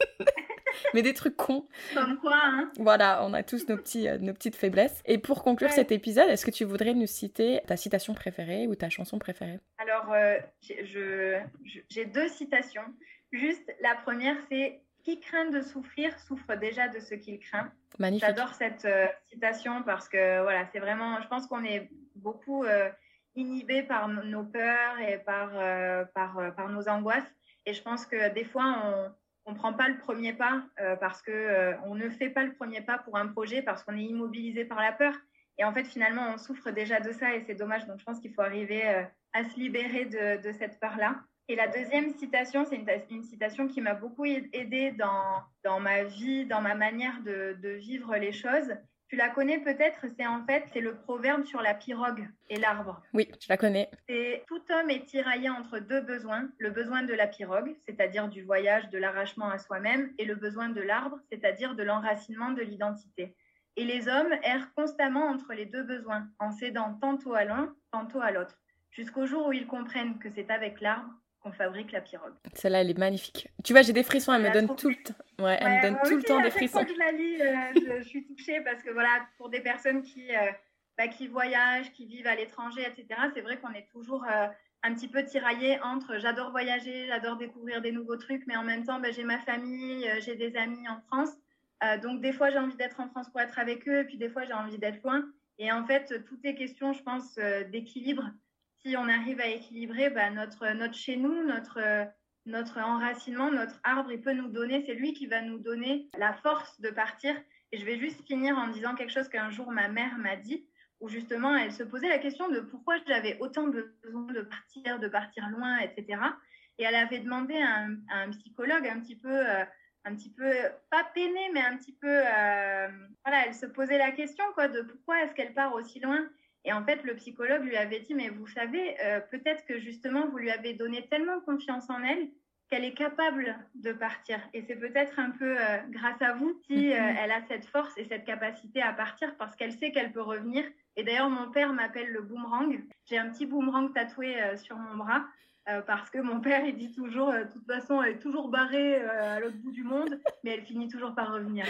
Mais des trucs cons. Comme quoi, hein. Voilà, on a tous nos, petits, euh, nos petites faiblesses. Et pour conclure Ouais. cet épisode, est-ce que tu voudrais nous citer ta citation préférée ou ta chanson préférée? Alors, euh, j'ai, je, je- j'ai deux citations. Juste, la première, c'est « Qui craint de souffrir souffre déjà de ce qu'il craint ». Magnifique. J'adore cette euh, citation parce que voilà, c'est vraiment, je pense qu'on est beaucoup euh, inhibé par no- nos peurs et par, euh, par, euh, par nos angoisses. Et je pense que des fois, on ne prend pas le premier pas euh, parce que euh, on ne fait pas le premier pas pour un projet parce qu'on est immobilisé par la peur. Et en fait, finalement, on souffre déjà de ça et c'est dommage. Donc, je pense qu'il faut arriver euh, à se libérer de, de cette peur-là. Et la deuxième citation, c'est une, une citation qui m'a beaucoup aidée dans, dans ma vie, dans ma manière de, de vivre les choses. Tu la connais peut-être, c'est en fait c'est le proverbe sur la pirogue et l'arbre. Oui, je la connais. C'est tout homme est tiraillé entre deux besoins, le besoin de la pirogue, c'est-à-dire du voyage, de l'arrachement à soi-même, et le besoin de l'arbre, c'est-à-dire de l'enracinement de l'identité. Et les hommes errent constamment entre les deux besoins, en cédant tantôt à l'un, tantôt à l'autre, jusqu'au jour où ils comprennent que c'est avec l'arbre qu'on fabrique la pirogue. Celle-là, elle est magnifique. Tu vois, j'ai des frissons, elle Je me la donne trouve- tout le temps. Ouais, elle Ouais, me donne moi tout le aussi, temps à des chaque frissons. fois que je la lis, euh, je, je suis touchée parce que voilà, pour des personnes qui, euh, bah, qui voyagent, qui vivent à l'étranger, et cetera, c'est vrai qu'on est toujours euh, un petit peu tiraillé entre j'adore voyager, j'adore découvrir des nouveaux trucs, mais en même temps, bah, j'ai ma famille, euh, j'ai des amis en France. Euh, donc, des fois, j'ai envie d'être en France pour être avec eux, et puis des fois, j'ai envie d'être loin. Et en fait, tout est question, je pense, euh, d'équilibre. Si on arrive à équilibrer, bah, notre, notre chez nous, notre, euh, notre enracinement, notre arbre, il peut nous donner, c'est lui qui va nous donner la force de partir. Et je vais juste finir en disant quelque chose qu'un jour ma mère m'a dit, où justement elle se posait la question de pourquoi j'avais autant besoin de partir, de partir loin, et cetera. Et elle avait demandé à un, à un psychologue un petit peu, euh, un petit peu, pas peiné, mais un petit peu, euh, voilà, elle se posait la question quoi, de pourquoi est-ce qu'elle part aussi loin. Et en fait, le psychologue lui avait dit, mais vous savez, euh, peut-être que justement, vous lui avez donné tellement confiance en elle qu'elle est capable de partir. Et c'est peut-être un peu euh, grâce à vous si euh, elle a cette force et cette capacité à partir parce qu'elle sait qu'elle peut revenir. Et d'ailleurs, mon père m'appelle le boomerang. J'ai un petit boomerang tatoué euh, sur mon bras. Euh, parce que mon père, il dit toujours, euh, de toute façon, elle est toujours barrée euh, à l'autre bout du monde, mais elle finit toujours par revenir.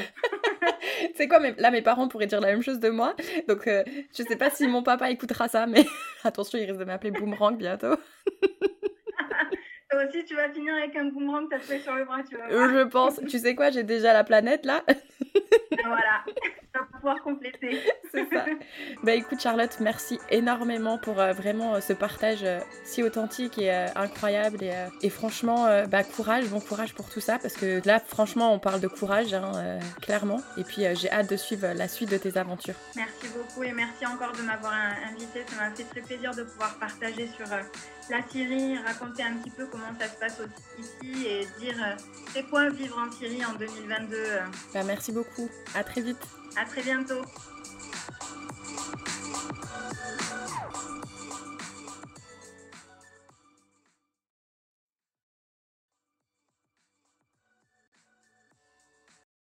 C'est quoi, là, mes parents pourraient dire la même chose de moi. Donc, euh, je sais pas si mon papa écoutera ça, mais attention, il risque de m'appeler Boomerang bientôt. Toi aussi, tu vas finir avec un boomerang tatoué sur le bras, tu vois. Je pense. Tu sais quoi, j'ai déjà la planète, là. Voilà, on va pouvoir compléter. C'est ça. Bah écoute Charlotte, merci énormément pour euh, vraiment euh, ce partage euh, si authentique et euh, incroyable et, euh, et franchement, euh, bah courage, bon courage pour tout ça parce que là franchement on parle de courage, hein, euh, clairement. Et puis euh, j'ai hâte de suivre la suite de tes aventures. Merci beaucoup et merci encore de m'avoir invitée. Ça m'a fait très plaisir de pouvoir partager sur euh, la Syrie, raconter un petit peu comment ça se passe aussi ici et dire euh, c'est quoi vivre en Syrie en deux mille vingt-deux. euh. Bah merci beaucoup, à très vite. À très bientôt.